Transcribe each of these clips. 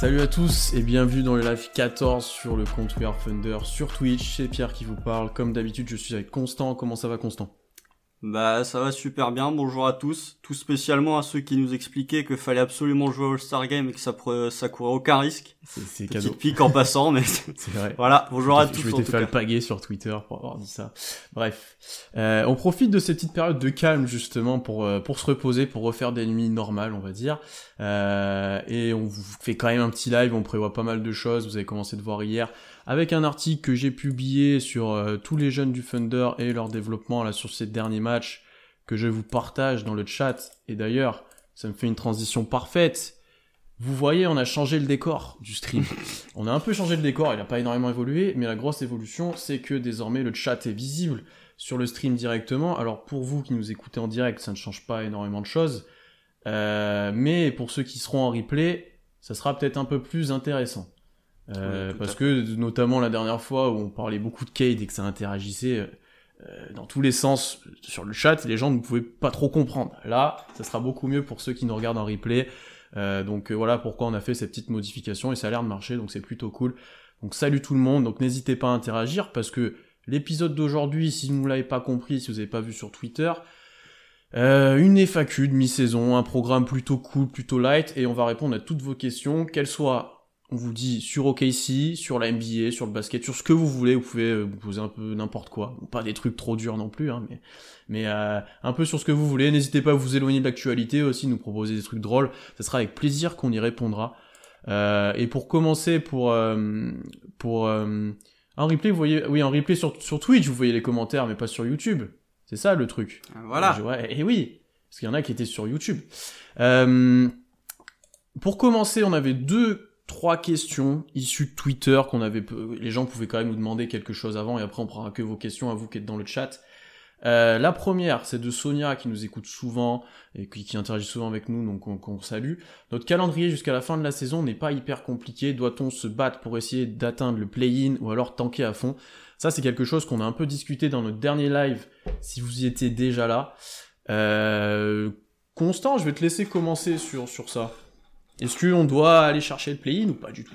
Salut à tous et bienvenue dans le live 14 sur le compte We Are Thunder sur Twitch. C'est Pierre qui vous parle. Comme d'habitude, je suis avec Constant. Comment ça va, Constant ? Bah ça va super bien, bonjour à tous, tout spécialement à ceux qui nous expliquaient qu'il fallait absolument jouer au All-Star Game et que ça courait aucun risque. C'est cadeau. cadeau. Petite pique en passant, mais c'est vrai. Voilà, bonjour à tous. Je m'étais fait alpaguer sur Twitter pour avoir dit ça. Bref, on profite de cette petite période de calme justement pour se reposer, pour refaire des nuits normales, on va dire. Et on vous fait quand même un petit live, on prévoit pas mal de choses, vous avez commencé de voir hier, avec un article que j'ai publié sur tous les jeunes du Thunder et leur développement là sur ces derniers matchs, que je vous partage dans le chat. Et d'ailleurs, ça me fait une transition parfaite. Vous voyez, on a changé le décor du stream. On a un peu changé le décor, il n'a pas énormément évolué, mais la grosse évolution, c'est que désormais le chat est visible sur le stream directement. Alors pour vous qui nous écoutez en direct, ça ne change pas énormément de choses. Mais pour ceux qui seront en replay, ça sera peut-être un peu plus intéressant. Parce que notamment la dernière fois où on parlait beaucoup de Cade et que ça interagissait dans tous les sens sur le chat, les gens ne pouvaient pas trop comprendre. Là, ça sera beaucoup mieux pour ceux qui nous regardent en replay. Donc voilà pourquoi on a fait ces petites modifications et ça a l'air de marcher, donc c'est plutôt cool. Donc salut tout le monde, donc n'hésitez pas à interagir parce que l'épisode d'aujourd'hui, si vous ne l'avez pas compris, si vous n'avez pas vu sur Twitter, une FAQ de mi-saison, un programme plutôt cool, plutôt light, et on va répondre à toutes vos questions, qu'elles soient, on vous dit, sur OKC, sur la NBA, sur le basket, sur ce que vous voulez, vous pouvez vous poser un peu n'importe quoi, pas des trucs trop durs non plus, hein, mais un peu sur ce que vous voulez, n'hésitez pas à vous éloigner de l'actualité aussi, nous proposer des trucs drôles, ça sera avec plaisir qu'on y répondra. Et pour commencer, en replay, vous voyez, oui, en replay sur Twitch, vous voyez les commentaires, mais pas sur YouTube. C'est ça le truc. Voilà. Et oui, parce qu'il y en a qui étaient sur YouTube. Pour commencer, on avait 2-3 questions issues de Twitter les gens pouvaient quand même nous demander quelque chose avant et après on prendra que vos questions à vous qui êtes dans le chat. La première, c'est de Sonia qui nous écoute souvent et qui interagit souvent avec nous, donc on salue. Notre calendrier jusqu'à la fin de la saison n'est pas hyper compliqué. Doit-on se battre pour essayer d'atteindre le play-in ou alors tanker à fond ? Ça, c'est quelque chose qu'on a un peu discuté dans notre dernier live, si vous y étiez déjà là. Constant, je vais te laisser commencer sur ça. Est-ce qu'on doit aller chercher le play-in ou pas du tout ?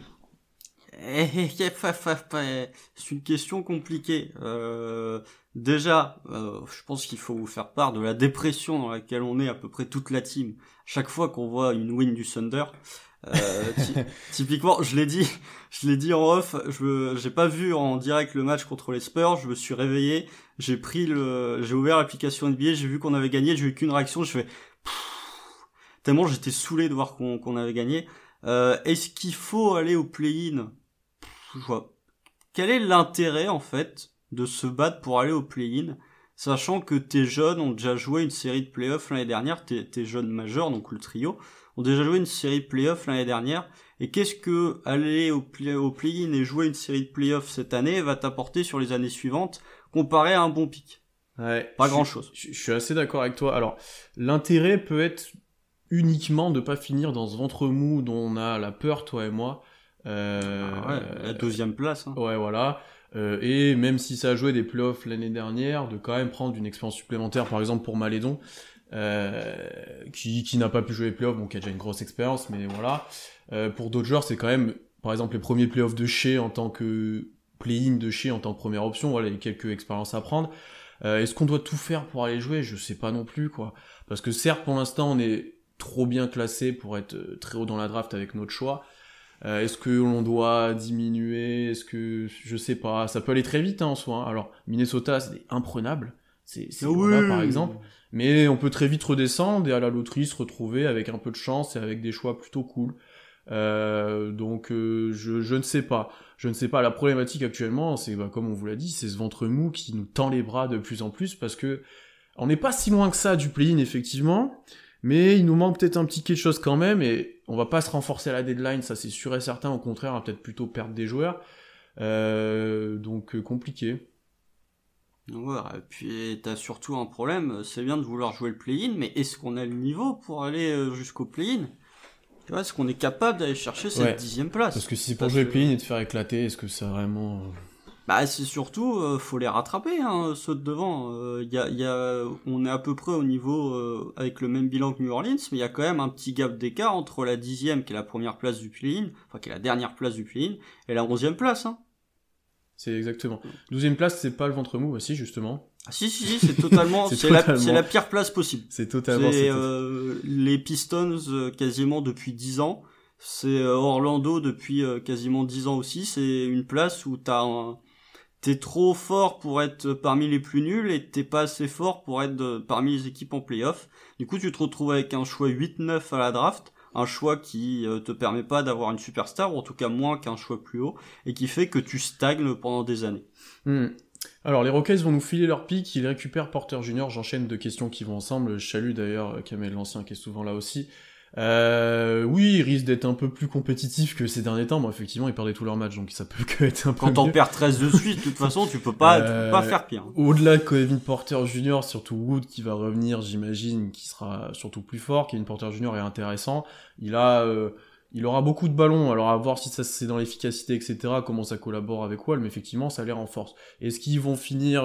C'est une question compliquée. Déjà, je pense qu'il faut vous faire part de la dépression dans laquelle on est à peu près toute la team. Chaque fois qu'on voit une win du Thunder, typiquement, je l'ai dit en off, j'ai pas vu en direct le match contre les Spurs, je me suis réveillé, j'ai ouvert l'application NBA, j'ai vu qu'on avait gagné, j'ai eu qu'une réaction, je fais tellement j'étais saoulé de voir qu'on avait gagné. Est-ce qu'il faut aller au play-in ? Quel est l'intérêt en fait de se battre pour aller au play-in, sachant que tes jeunes ont déjà joué une série de play-offs l'année dernière, tes jeunes majeurs, donc le trio, ont déjà joué une série de play-offs l'année dernière, et qu'est-ce que aller au play-in et jouer une série de play-offs cette année va t'apporter sur les années suivantes, comparé à un bon pick ? Ouais, pas grand-chose. Je suis assez d'accord avec toi. Alors, l'intérêt peut être uniquement de pas finir dans ce ventre mou dont on a la peur, toi et moi. La deuxième place. Hein. Ouais, voilà. Et même si ça a joué des playoffs l'année dernière, de quand même prendre une expérience supplémentaire, par exemple pour Malédon, qui n'a pas pu jouer les playoffs, bon, qui a déjà une grosse expérience, mais voilà. Pour d'autres joueurs, c'est quand même, par exemple, les premiers playoffs de Shea en tant que play-in de Shea en tant que première option, voilà, il y a quelques expériences à prendre. Est-ce qu'on doit tout faire pour aller jouer ? Je sais pas non plus, quoi. Parce que certes, pour l'instant, on est trop bien classé pour être très haut dans la draft avec notre choix. Est-ce que l'on doit diminuer ? Est-ce que... Je sais pas. Ça peut aller très vite, hein, en soi. Hein. Alors, Minnesota, c'est imprenable. C'est là, par exemple. Mais on peut très vite redescendre et à la loterie se retrouver avec un peu de chance et avec des choix plutôt cool. Donc, je ne sais pas. Je ne sais pas. La problématique actuellement, c'est, comme on vous l'a dit, c'est ce ventre mou qui nous tend les bras de plus en plus parce que on n'est pas si loin que ça du play-in, effectivement. Mais il nous manque peut-être un petit quelque chose quand même, et on va pas se renforcer à la deadline, ça c'est sûr et certain, au contraire, on va peut-être plutôt perdre des joueurs. Donc compliqué. Ouais, et puis t'as surtout un problème, c'est bien de vouloir jouer le play-in, mais est-ce qu'on a le niveau pour aller jusqu'au play-in ? Tu vois, est-ce qu'on est capable d'aller chercher cette 10e place ? Parce que si c'est pour jouer le play-in et te faire éclater, est-ce que ça vraiment... Bah c'est surtout faut les rattraper ceux de devant. On est à peu près au niveau avec le même bilan que New Orleans, mais il y a quand même un petit gap d'écart entre la 10e qui est la première place du play-in, enfin qui est la dernière place du play-in, et la 11e place. C'est exactement. 12e place, c'est pas le ventre mou aussi justement. Ah si, c'est totalement c'est la pire place possible. C'est totalement les Pistons quasiment depuis 10 ans. C'est Orlando depuis quasiment 10 ans aussi, c'est une place où t'es trop fort pour être parmi les plus nuls et t'es pas assez fort pour être parmi les équipes en play-off. Du coup, tu te retrouves avec un choix 8-9 à la draft, un choix qui te permet pas d'avoir une superstar, ou en tout cas moins qu'un choix plus haut, et qui fait que tu stagnes pendant des années. Alors, les Rockets vont nous filer leur pick, ils récupèrent Porter Jr., j'enchaîne deux questions qui vont ensemble, je salue d'ailleurs Kamel l'Ancien qui est souvent là aussi. Oui, ils risquent d'être un peu plus compétitifs que ces derniers temps. Bon, effectivement, ils perdaient tous leurs matchs, donc ça peut que être un peu Quand t'en perds 13 de suite, de toute façon, tu peux pas faire pire. Au-delà de Kevin Porter Jr., surtout Wood qui va revenir, j'imagine, qui sera surtout plus fort. Kevin Porter Jr. est intéressant. Il aura beaucoup de ballons, alors à voir si ça c'est dans l'efficacité, etc., comment ça collabore avec Wall, mais effectivement, ça les renforce. Est-ce qu'ils vont finir...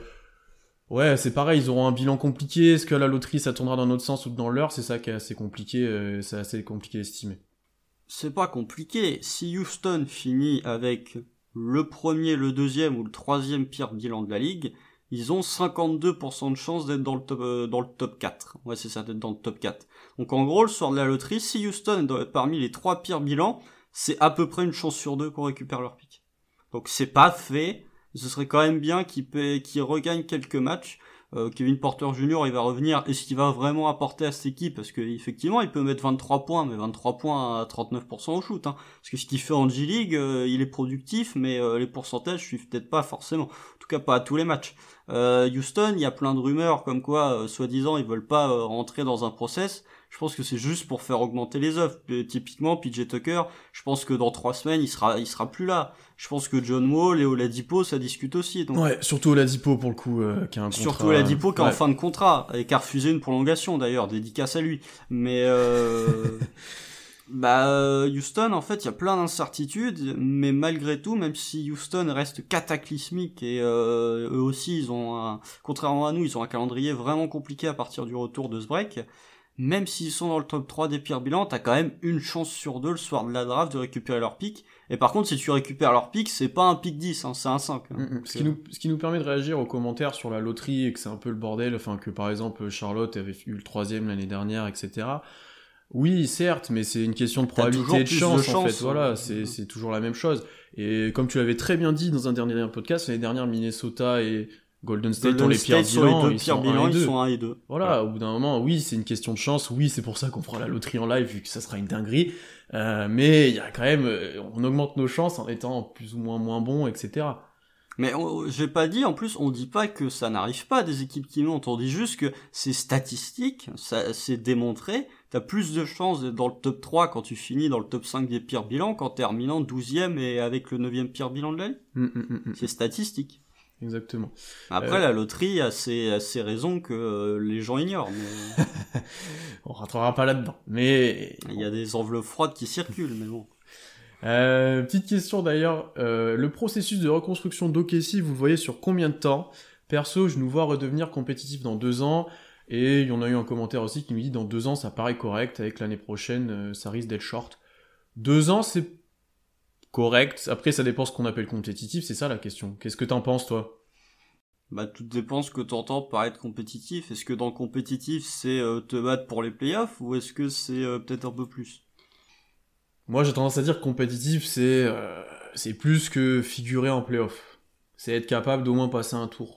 Ouais, c'est pareil, ils auront un bilan compliqué. Est-ce que la loterie, ça tournera dans notre sens ou dans leur? C'est ça qui est assez compliqué, c'est assez compliqué à estimer. C'est pas compliqué. Si Houston finit avec le premier, le deuxième ou le troisième pire bilan de la ligue, ils ont 52% de chance d'être dans le top 4. Ouais, c'est ça, d'être dans le top 4. Donc en gros, le soir de la loterie, si Houston est parmi les 3 pires bilans, c'est à peu près une chance sur 2 qu'on récupère leur pick. Donc c'est pas fait. Ce serait quand même bien qu'il regagne quelques matchs. Kevin Porter Jr. il va revenir. Est-ce qu'il va vraiment apporter à cette équipe? Parce que effectivement, il peut mettre 23 points, mais 23 points à 39% au shoot. Parce que ce qu'il fait en G-League, il est productif, mais les pourcentages suivent peut-être pas forcément. En tout cas, pas à tous les matchs. Houston, il y a plein de rumeurs comme quoi, soi-disant, ils veulent pas rentrer dans un process. Je pense que c'est juste pour faire augmenter les offres. Typiquement, PJ Tucker, je pense que dans 3 semaines, il sera plus là. Je pense que John Wall et Oladipo, ça discute aussi. Donc... Ouais, surtout Oladipo pour le coup, qui a un contrat. Surtout Oladipo qui est en fin de contrat, et qui a refusé une prolongation d'ailleurs, dédicace à lui. Mais Houston, en fait, il y a plein d'incertitudes, mais malgré tout, même si Houston reste cataclysmique et eux aussi, contrairement à nous, ils ont un calendrier vraiment compliqué à partir du retour de ce break. Même s'ils sont dans le top 3 des pires bilans, t'as quand même une chance sur 2 le soir de la draft de récupérer leur pick. Et par contre, si tu récupères leur pick, c'est pas un pick 10, c'est un 5. Ce qui nous permet de réagir aux commentaires sur la loterie et que c'est un peu le bordel, enfin que par exemple Charlotte avait eu le 3e l'année dernière, etc. Oui, certes, mais c'est une question de probabilité et de chance, en fait. Voilà, c'est toujours la même chose. Et comme tu l'avais très bien dit dans un dernier podcast, l'année dernière, Minnesota et Golden State ont les pires bilans, ils sont 1 et 2. Voilà, au bout d'un moment, oui, c'est une question de chance, oui, c'est pour ça qu'on fera la loterie en live, vu que ça sera une dinguerie, mais il y a quand même, on augmente nos chances en étant plus ou moins bon, etc. Mais j'ai pas dit, en plus, on dit pas que ça n'arrive pas des équipes qui montent, on dit juste que c'est statistique, ça c'est démontré, t'as plus de chances d'être dans le top 3 quand tu finis dans le top 5 des pires bilans qu'en terminant 12e et avec le 9e pire bilan de l'année. C'est statistique. Exactement. Après, la loterie a ses raisons que les gens ignorent. Mais... on rentrera pas là-dedans. Mais il y a des enveloppes froides qui circulent, mais bon. Petite question d'ailleurs, le processus de reconstruction d'OKC, vous le voyez sur combien de temps? Perso, je nous vois redevenir compétitif dans 2 ans, et il y en a eu un commentaire aussi qui nous dit dans 2 ans ça paraît correct, avec l'année prochaine ça risque d'être short. 2 ans c'est correct, après ça dépend ce qu'on appelle compétitif, c'est ça la question. Qu'est-ce que t'en penses toi? Tout dépend ce que t'entends par être compétitif. Est-ce que dans le compétitif c'est te battre pour les playoffs, ou est-ce que c'est peut-être un peu plus? Moi j'ai tendance à dire que compétitif c'est plus que figurer en playoff. C'est être capable d'au moins passer un tour.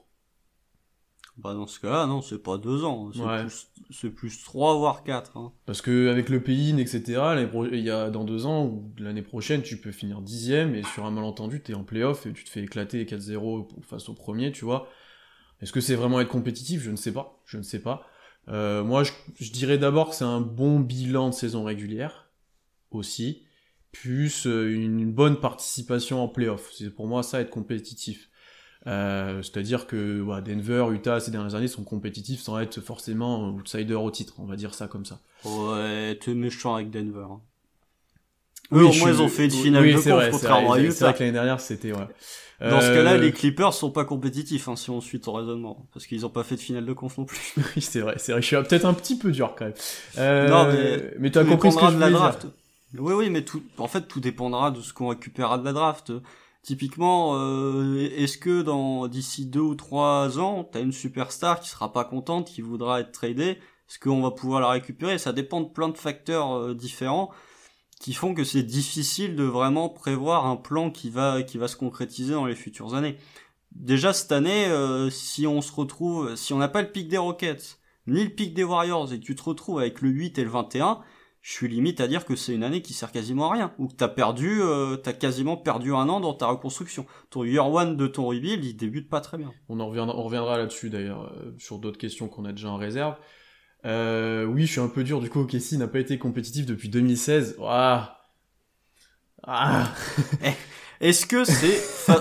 Dans ce cas-là, non, c'est pas 2 ans, c'est plus 3 voire 4. Parce que avec le play-in, etc., il y a dans 2 ans ou l'année prochaine, tu peux finir 10e et sur un malentendu, t'es en play-off et tu te fais éclater 4-0 face au premier, tu vois. Est-ce que c'est vraiment être compétitif? Je ne sais pas. Moi, je dirais d'abord que c'est un bon bilan de saison régulière aussi, plus une bonne participation en play-off. C'est pour moi ça être compétitif. C'est-à-dire que Denver, Utah ces dernières années sont compétitifs sans être forcément outsider au titre, on va dire ça comme ça. Ouais, t'es méchant avec Denver. Eux, au moins, ils ont fait une finale de conf, contrairement à Utah. C'est vrai que l'année dernière, c'était, ouais. Dans ce cas-là, les Clippers sont pas compétitifs, hein, si on suit ton raisonnement. Parce qu'ils ont pas fait de finale de conf non plus. Oui, c'est vrai. Je suis peut-être un petit peu dur, quand même. Non, mais tu as compris ce que je voulais dire. Oui, mais tout dépendra de ce qu'on récupérera de la draft. Typiquement, est-ce que d'ici 2 ou 3 ans, t'as une superstar qui sera pas contente, qui voudra être tradée? Est-ce qu'on va pouvoir la récupérer? Ça dépend de plein de facteurs différents qui font que c'est difficile de vraiment prévoir un plan qui va se concrétiser dans les futures années. Déjà cette année, si on n'a pas le pic des Rockets, ni le pic des Warriors, et que tu te retrouves avec le 8 et le 21, je suis limite à dire que c'est une année qui sert quasiment à rien, ou que t'as quasiment perdu un an dans ta reconstruction. Ton year one de ton rebuild, il débute pas très bien. On reviendra là-dessus d'ailleurs, sur d'autres questions qu'on a déjà en réserve. Oui, je suis un peu dur, du coup, OKC n'a pas été compétitif depuis 2016. Est-ce que c'est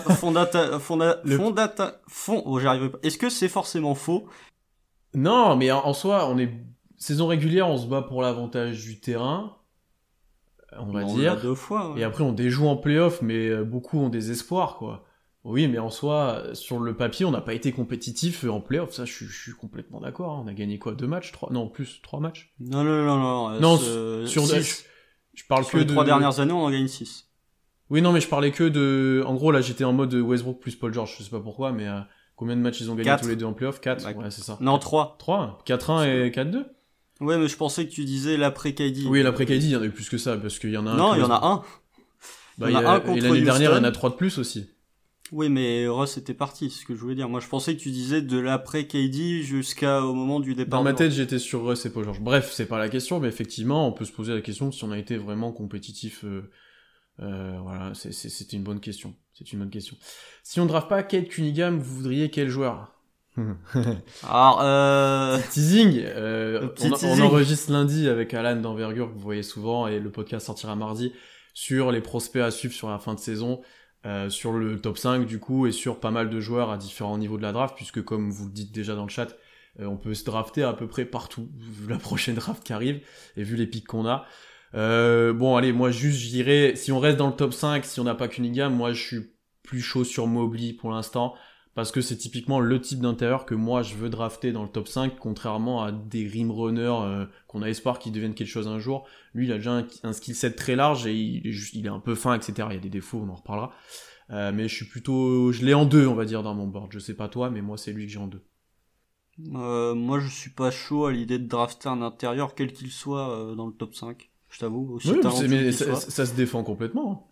j'arrive pas. Est-ce que c'est forcément faux? Non, mais en soi, saison régulière, on se bat pour l'avantage du terrain, on va dire. 2 fois. Ouais. Et après, on déjoue en playoff, mais beaucoup ont des espoirs, quoi. Oui, mais en soi, sur le papier, on n'a pas été compétitif en playoff, ça, je suis complètement d'accord. Hein. On a gagné quoi, 2 matchs, 3 Non, plus 3 matchs. Non. Non, sur 6. Je parle sur que les de 3 dernières années, on en gagne 6. Oui, non, mais je parlais que de. En gros, là, j'étais en mode Westbrook plus Paul George, je sais pas pourquoi, mais combien de matchs ils ont gagné 4. tous les deux en playoff? 4, ouais, c'est ça. Non, 3. 3 4-1 et 4-2. Ouais, mais je pensais que tu disais l'après-KD. Oui, l'après-KD, il y en a eu plus que ça, parce qu'il y en a un. Non, il y en a un. Bah, il y en a un contre et l'année dernière, il y en a 3 de plus aussi. Oui, mais Russ était parti, c'est ce que je voulais dire. Moi, je pensais que tu disais de l'après-KD jusqu'au moment du départ. Dans ma tête, j'étais sur Russ et Paul George. Bref, c'est pas la question, mais effectivement, on peut se poser la question si on a été vraiment compétitif. Voilà, c'est une bonne question. C'est une bonne question. Si on ne draft pas Cade Cunningham, vous voudriez quel joueur? Alors, teasing, teasing. On enregistre lundi avec Alan d'Envergure, que vous voyez souvent, et le podcast sortira mardi, sur les prospects à suivre sur la fin de saison, sur le top 5 du coup, et sur pas mal de joueurs à différents niveaux de la draft, puisque comme vous le dites déjà dans le chat, on peut se drafter à peu près partout, vu la prochaine draft qui arrive, et vu les pics qu'on a. Bon, allez, moi juste, je dirais, si on reste dans le top 5, si on n'a pas Cunningham, moi je suis plus chaud sur Mobley pour l'instant, parce que c'est typiquement le type d'intérieur que moi je veux drafter dans le top 5, contrairement à des rim runners qu'on a espoir qu'ils deviennent quelque chose un jour. Lui, il a déjà un skill set très large et il est un peu fin, etc. Il y a des défauts, on en reparlera. Mais je l'ai en 2, on va dire, dans mon board. Je sais pas toi, mais moi c'est lui que j'ai en 2. Moi je suis pas chaud à l'idée de drafter un intérieur, quel qu'il soit, dans le top 5. Je t'avoue, aussi talentueux mais ça se défend complètement.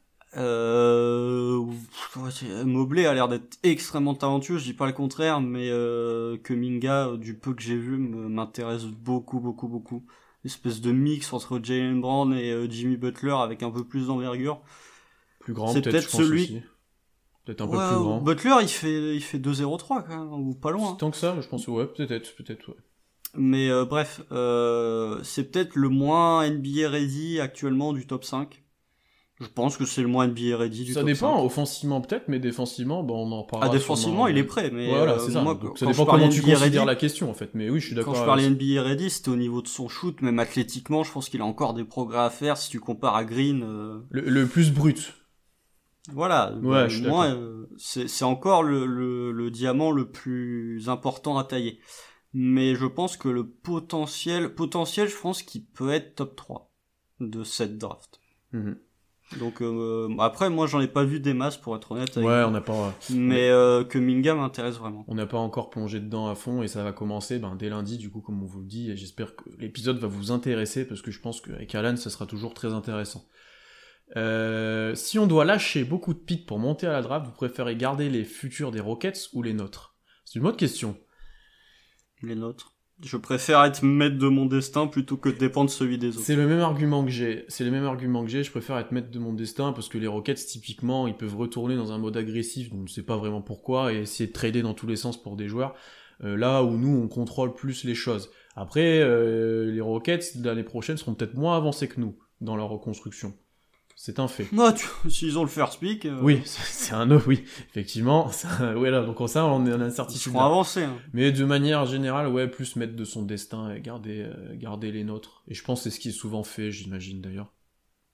Mobley a l'air d'être extrêmement talentueux, je dis pas le contraire, mais que Minga, du peu que j'ai vu, m'intéresse beaucoup. Espèce de mix entre Jaylen Brown et Jimmy Butler avec un peu plus d'envergure. Plus grand, c'est peut-être celui. Aussi. Peut-être un peu plus grand. Butler, il fait 2-0-3 quand même, ou pas loin. Tant que ça, je pense, ouais, peut-être, ouais. Mais bref, c'est peut-être le moins NBA ready actuellement du top 5. Je pense que c'est le moins NBA ready du top 5. Ça dépend, offensivement peut-être, mais défensivement, on en parlera. Défensivement, il est prêt, mais voilà, c'est ça. Moi, ça dépend comment tu considères la question, en fait. Mais oui, je suis d'accord. Quand je parlais NBA ready, c'était au niveau de son shoot, même athlétiquement, je pense qu'il a encore des progrès à faire si tu compares à Green. Le plus brut. Voilà. Ouais, je suis d'accord. C'est encore le diamant le plus important à tailler. Mais je pense que le potentiel, je pense qu'il peut être top 3 de cette draft. Mm-hmm. Donc après, moi j'en ai pas vu des masses pour être honnête. Ouais, on n'a pas. Mais que Minga m'intéresse vraiment. On n'a pas encore plongé dedans à fond et ça va commencer dès lundi du coup comme on vous le dit et j'espère que l'épisode va vous intéresser parce que je pense qu'avec Alan ça sera toujours très intéressant. Si on doit lâcher beaucoup de picks pour monter à la draft, vous préférez garder les futurs des Rockets ou les nôtres? C'est une autre question. Les nôtres. Je préfère être maître de mon destin plutôt que de dépendre de celui des autres. C'est le même argument que j'ai. Je préfère être maître de mon destin parce que les Rockets, typiquement, ils peuvent retourner dans un mode agressif, dont on ne sait pas vraiment pourquoi, et essayer de trader dans tous les sens pour des joueurs. Là où nous, on contrôle plus les choses. Après, les Rockets, l'année prochaine, seront peut-être moins avancés que nous dans leur reconstruction. C'est un fait. Non, s'ils ont le first pick... Oui, c'est un autre, oui. Effectivement, ouais, là, donc ça, on est en incertitude. Ils seront avancés. Hein. Mais de manière générale, ouais, plus mettre de son destin et garder les nôtres. Et je pense que c'est ce qui est souvent fait, j'imagine, d'ailleurs.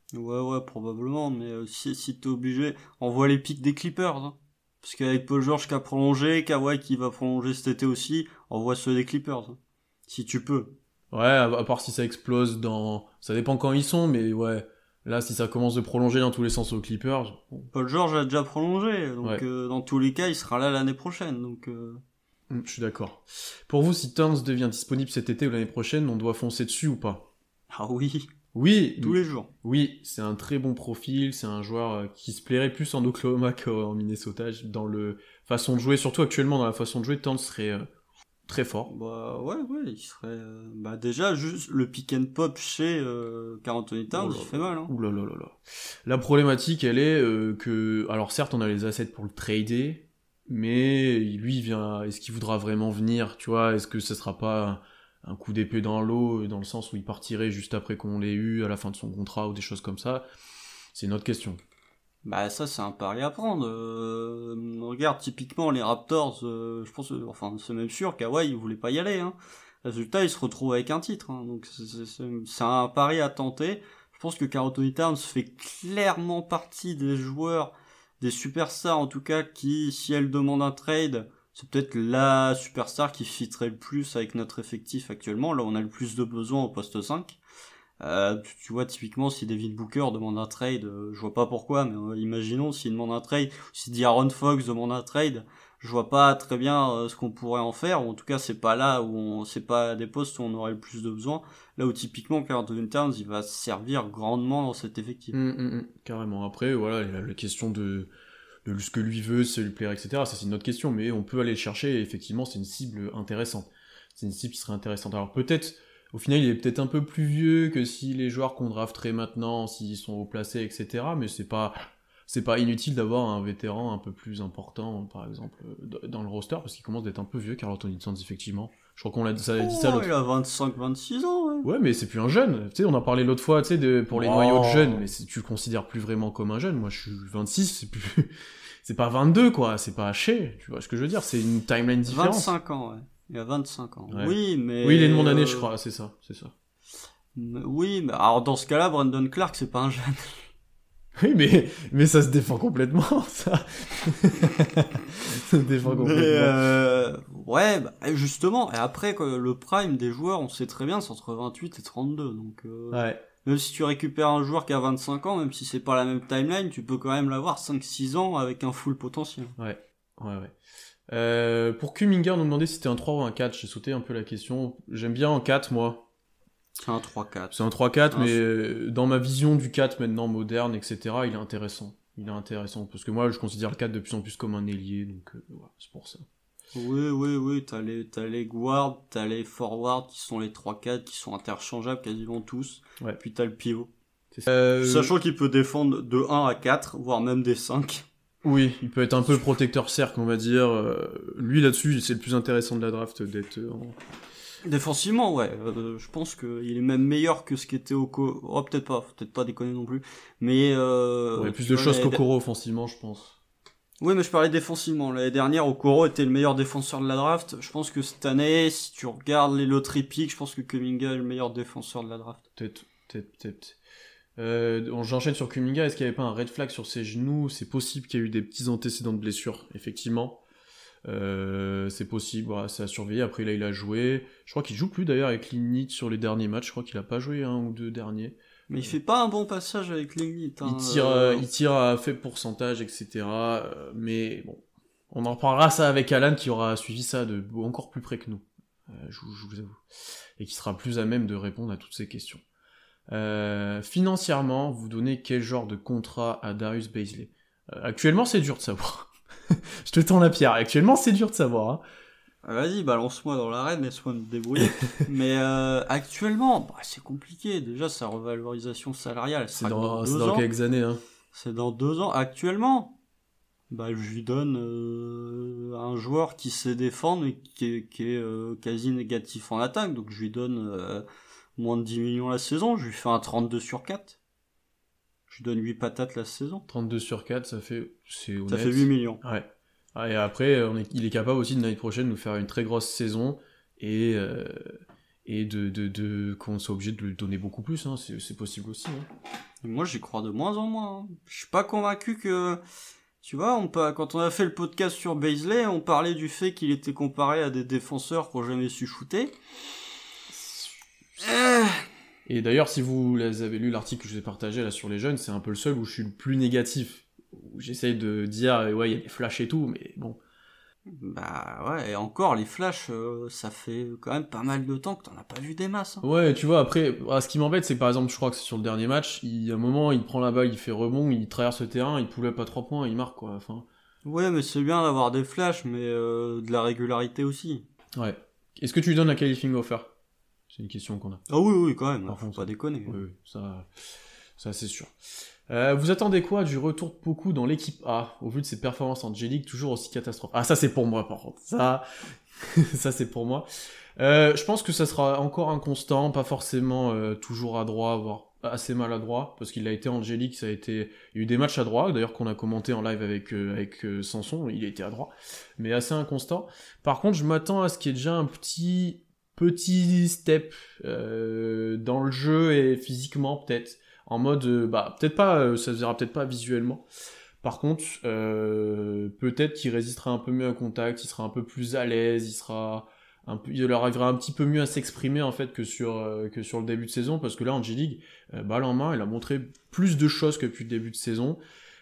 Ouais, probablement, mais si t'es obligé, envoie les pics des Clippers, hein. Parce qu'avec Paul George qui a prolongé, Kawhi qui va prolonger cet été aussi, envoie ceux des Clippers, hein. Si tu peux. Ouais, à part si ça explose dans... Ça dépend quand ils sont, mais ouais. Là, si ça commence de prolonger dans tous les sens aux Clippers... Bon. Paul George a déjà prolongé, donc Ouais. dans tous les cas, il sera là l'année prochaine, donc... Je suis d'accord. Pour vous, si Towns devient disponible cet été ou l'année prochaine, on doit foncer dessus ou pas? Ah oui, Oui, tous les jours. oui, c'est un très bon profil, c'est un joueur qui se plairait plus en Oklahoma qu'en Minnesota, dans le façon de jouer, surtout actuellement dans la façon de jouer, Towns serait très fort. Bah ouais, il serait... Bah déjà, juste le pick and pop chez Karl Anthony Towns, il fait mal, hein. Ouh là là là là. La problématique, elle est que... Alors certes, on a les assets pour le trader, mais lui, il vient... Est-ce qu'il voudra vraiment venir, tu vois? Est-ce que ce sera pas un coup d'épée dans l'eau, dans le sens où il partirait juste après qu'on l'ait eu, à la fin de son contrat, ou des choses comme ça? C'est une autre question. Bah ça c'est un pari à prendre. Regarde typiquement les Raptors, je pense, enfin c'est même sûr Kawhi il voulait pas y aller, hein. Résultat il se retrouve avec un titre, hein. Donc c'est un pari à tenter. Je pense que Karl Anthony Towns fait clairement partie des joueurs, des superstars en tout cas qui, si elle demande un trade, c'est peut-être la superstar qui fitterait le plus avec notre effectif actuellement. Là on a le plus de besoins au poste 5. Tu vois, typiquement, si David Booker demande un trade, je vois pas pourquoi, mais imaginons s'il demande un trade, si De'Aaron Fox demande un trade, je vois pas très bien ce qu'on pourrait en faire, ou en tout cas, c'est pas là c'est pas des postes où on aurait le plus de besoin, là où typiquement, Karl Anthony Towns, il va servir grandement dans cet effectif. Carrément. Après, voilà, la question de ce que lui veut, ça lui plaire, etc., ça c'est une autre question, mais on peut aller le chercher, et effectivement, c'est une cible intéressante. C'est une cible qui serait intéressante. Alors peut-être, au final, il est peut-être un peu plus vieux que si les joueurs qu'on drafterait maintenant, s'ils sont haut placés, etc., mais c'est pas inutile d'avoir un vétéran un peu plus important, par exemple, dans le roster, parce qu'il commence d'être un peu vieux, Karl Anthony Towns, effectivement. Je crois qu'on l'a dit ça l'autre Il a 25-26 ans, ouais. Ouais, mais c'est plus un jeune. Tu sais, on en parlait l'autre fois, tu sais, pour les noyaux de jeunes, mais tu le considères plus vraiment comme un jeune. Moi, je suis 26, c'est plus... c'est pas 22, quoi. C'est pas haché. Tu vois ce que je veux dire? C'est une timeline différente. 25 ans, ouais. Il a 25 ans. Ouais. Oui, mais... Oui, il est de mon année, je crois. C'est ça. Oui, mais alors dans ce cas-là, Brandon Clark, c'est pas un jeune. Oui, mais ça se défend complètement, ça. Ça se défend complètement. Ouais, bah, justement. Et après, le prime des joueurs, on sait très bien, c'est entre 28 et 32. Donc, Ouais. même si tu récupères un joueur qui a 25 ans, même si c'est pas la même timeline, tu peux quand même l'avoir 5-6 ans avec un full potentiel. Ouais. Pour Kuminga, on nous demandait si c'était un 3 ou un 4. J'ai sauté un peu la question. J'aime bien en 4, moi. C'est un 3-4. C'est un 3-4, mais dans ma vision du 4 maintenant moderne, etc., il est intéressant. Parce que moi, je considère le 4 de plus en plus comme un ailier, donc voilà, c'est pour ça. Oui, t'as les guards, t'as les forwards qui sont les 3-4, qui sont interchangeables quasiment tous. Ouais. Puis t'as le pivot. C'est Sachant qu'il peut défendre de 1 à 4, voire même des 5. Oui, il peut être un peu protecteur cercle, on va dire. Lui, là-dessus, c'est le plus intéressant de la draft, d'être Défensivement, ouais. Je pense qu'il est même meilleur que ce qui était au Oh, peut-être pas déconner non plus. Mais ouais, plus de choses qu'Okoro offensivement, je pense. Oui, mais je parlais défensivement. L'année dernière, Okoro était le meilleur défenseur de la draft. Je pense que cette année, si tu regardes les loteries pick, je pense que Kuminga est le meilleur défenseur de la draft. Peut-être. J'enchaîne sur Kuminga. Est-ce qu'il n'y avait pas un red flag sur ses genoux? C'est possible qu'il y ait eu des petits antécédents de blessures, effectivement. C'est possible, voilà, c'est à surveiller. Après là il a joué, je crois qu'il joue plus d'ailleurs avec Lignit sur les derniers matchs, je crois qu'il a pas joué un ou deux derniers. Mais il fait pas un bon passage avec Lignit, hein. Il tire à faible pourcentage, etc. Mais bon, on en reparlera ça avec Alan qui aura suivi ça de encore plus près que nous, je vous avoue, et qui sera plus à même de répondre à toutes ces questions. Financièrement, vous donnez quel genre de contrat à Darius Bazley? Actuellement c'est dur de savoir. Je te tends la pierre. Actuellement, c'est dur de savoir. Hein. Vas-y, balance-moi dans l'arène, laisse-moi me débrouiller. Mais actuellement, c'est compliqué. Déjà, sa revalorisation salariale, c'est dans quelques années. Hein. C'est dans 2 ans. Actuellement, je lui donne un joueur qui sait défendre et qui est quasi négatif en attaque. Donc, je lui donne moins de 10 millions la saison. Je lui fais un 32 sur 4. Je lui donne 8 patates la saison. 32 sur 4, ça fait... C'est honnête. Ça fait 8 millions. Ouais. Et après, il est capable aussi de l'année prochaine de nous faire une très grosse saison et et qu'on soit obligé de lui donner beaucoup plus, hein, c'est possible aussi. Hein. Moi, j'y crois de moins en moins. Hein. Je suis pas convaincu que... Tu vois, quand on a fait le podcast sur Bazley, on parlait du fait qu'il était comparé à des défenseurs qui n'ont jamais su shooter. Et d'ailleurs, si vous avez lu l'article que je vous ai partagé là sur les jeunes, c'est un peu le seul où je suis le plus négatif. Où j'essaye de dire, ouais, il y a des flashs et tout, mais bon. Bah ouais, et encore, les flashs, ça fait quand même pas mal de temps que t'en as pas vu des masses. Hein. Ouais, tu vois, après, ce qui m'embête, c'est que par exemple, je crois que c'est sur le dernier match, à un moment, il prend la balle, il fait rebond, il traverse le terrain, il pull up à 3 points, il marque, quoi, enfin... Ouais, mais c'est bien d'avoir des flashs, mais de la régularité aussi. Ouais. Est-ce que tu lui donnes la qualifying offer ? C'est une question qu'on a. Ah oui, quand même, Par faut contre, pas déconner. Oui, ça c'est sûr. Vous attendez quoi du retour de Poku dans l'équipe A, au vu de ses performances en J-League toujours aussi catastrophes ? Ah, ça c'est pour moi par contre. Ça c'est pour moi. Je pense que ça sera encore inconstant, pas forcément toujours adroit, voire assez maladroit, parce qu'il a été en J-League, il y a eu des matchs adroits, d'ailleurs qu'on a commenté en live avec Sanson, il a été adroit, mais assez inconstant. Par contre, je m'attends à ce qu'il y ait déjà un petit step dans le jeu et physiquement peut-être. En mode, peut-être pas, ça se verra peut-être pas visuellement. Par contre, peut-être qu'il résistera un peu mieux au contact, il sera un peu plus à l'aise, il arrivera un petit peu mieux à s'exprimer en fait que sur le début de saison, parce que là en G-League, balle en main, il a montré plus de choses que depuis le début de saison.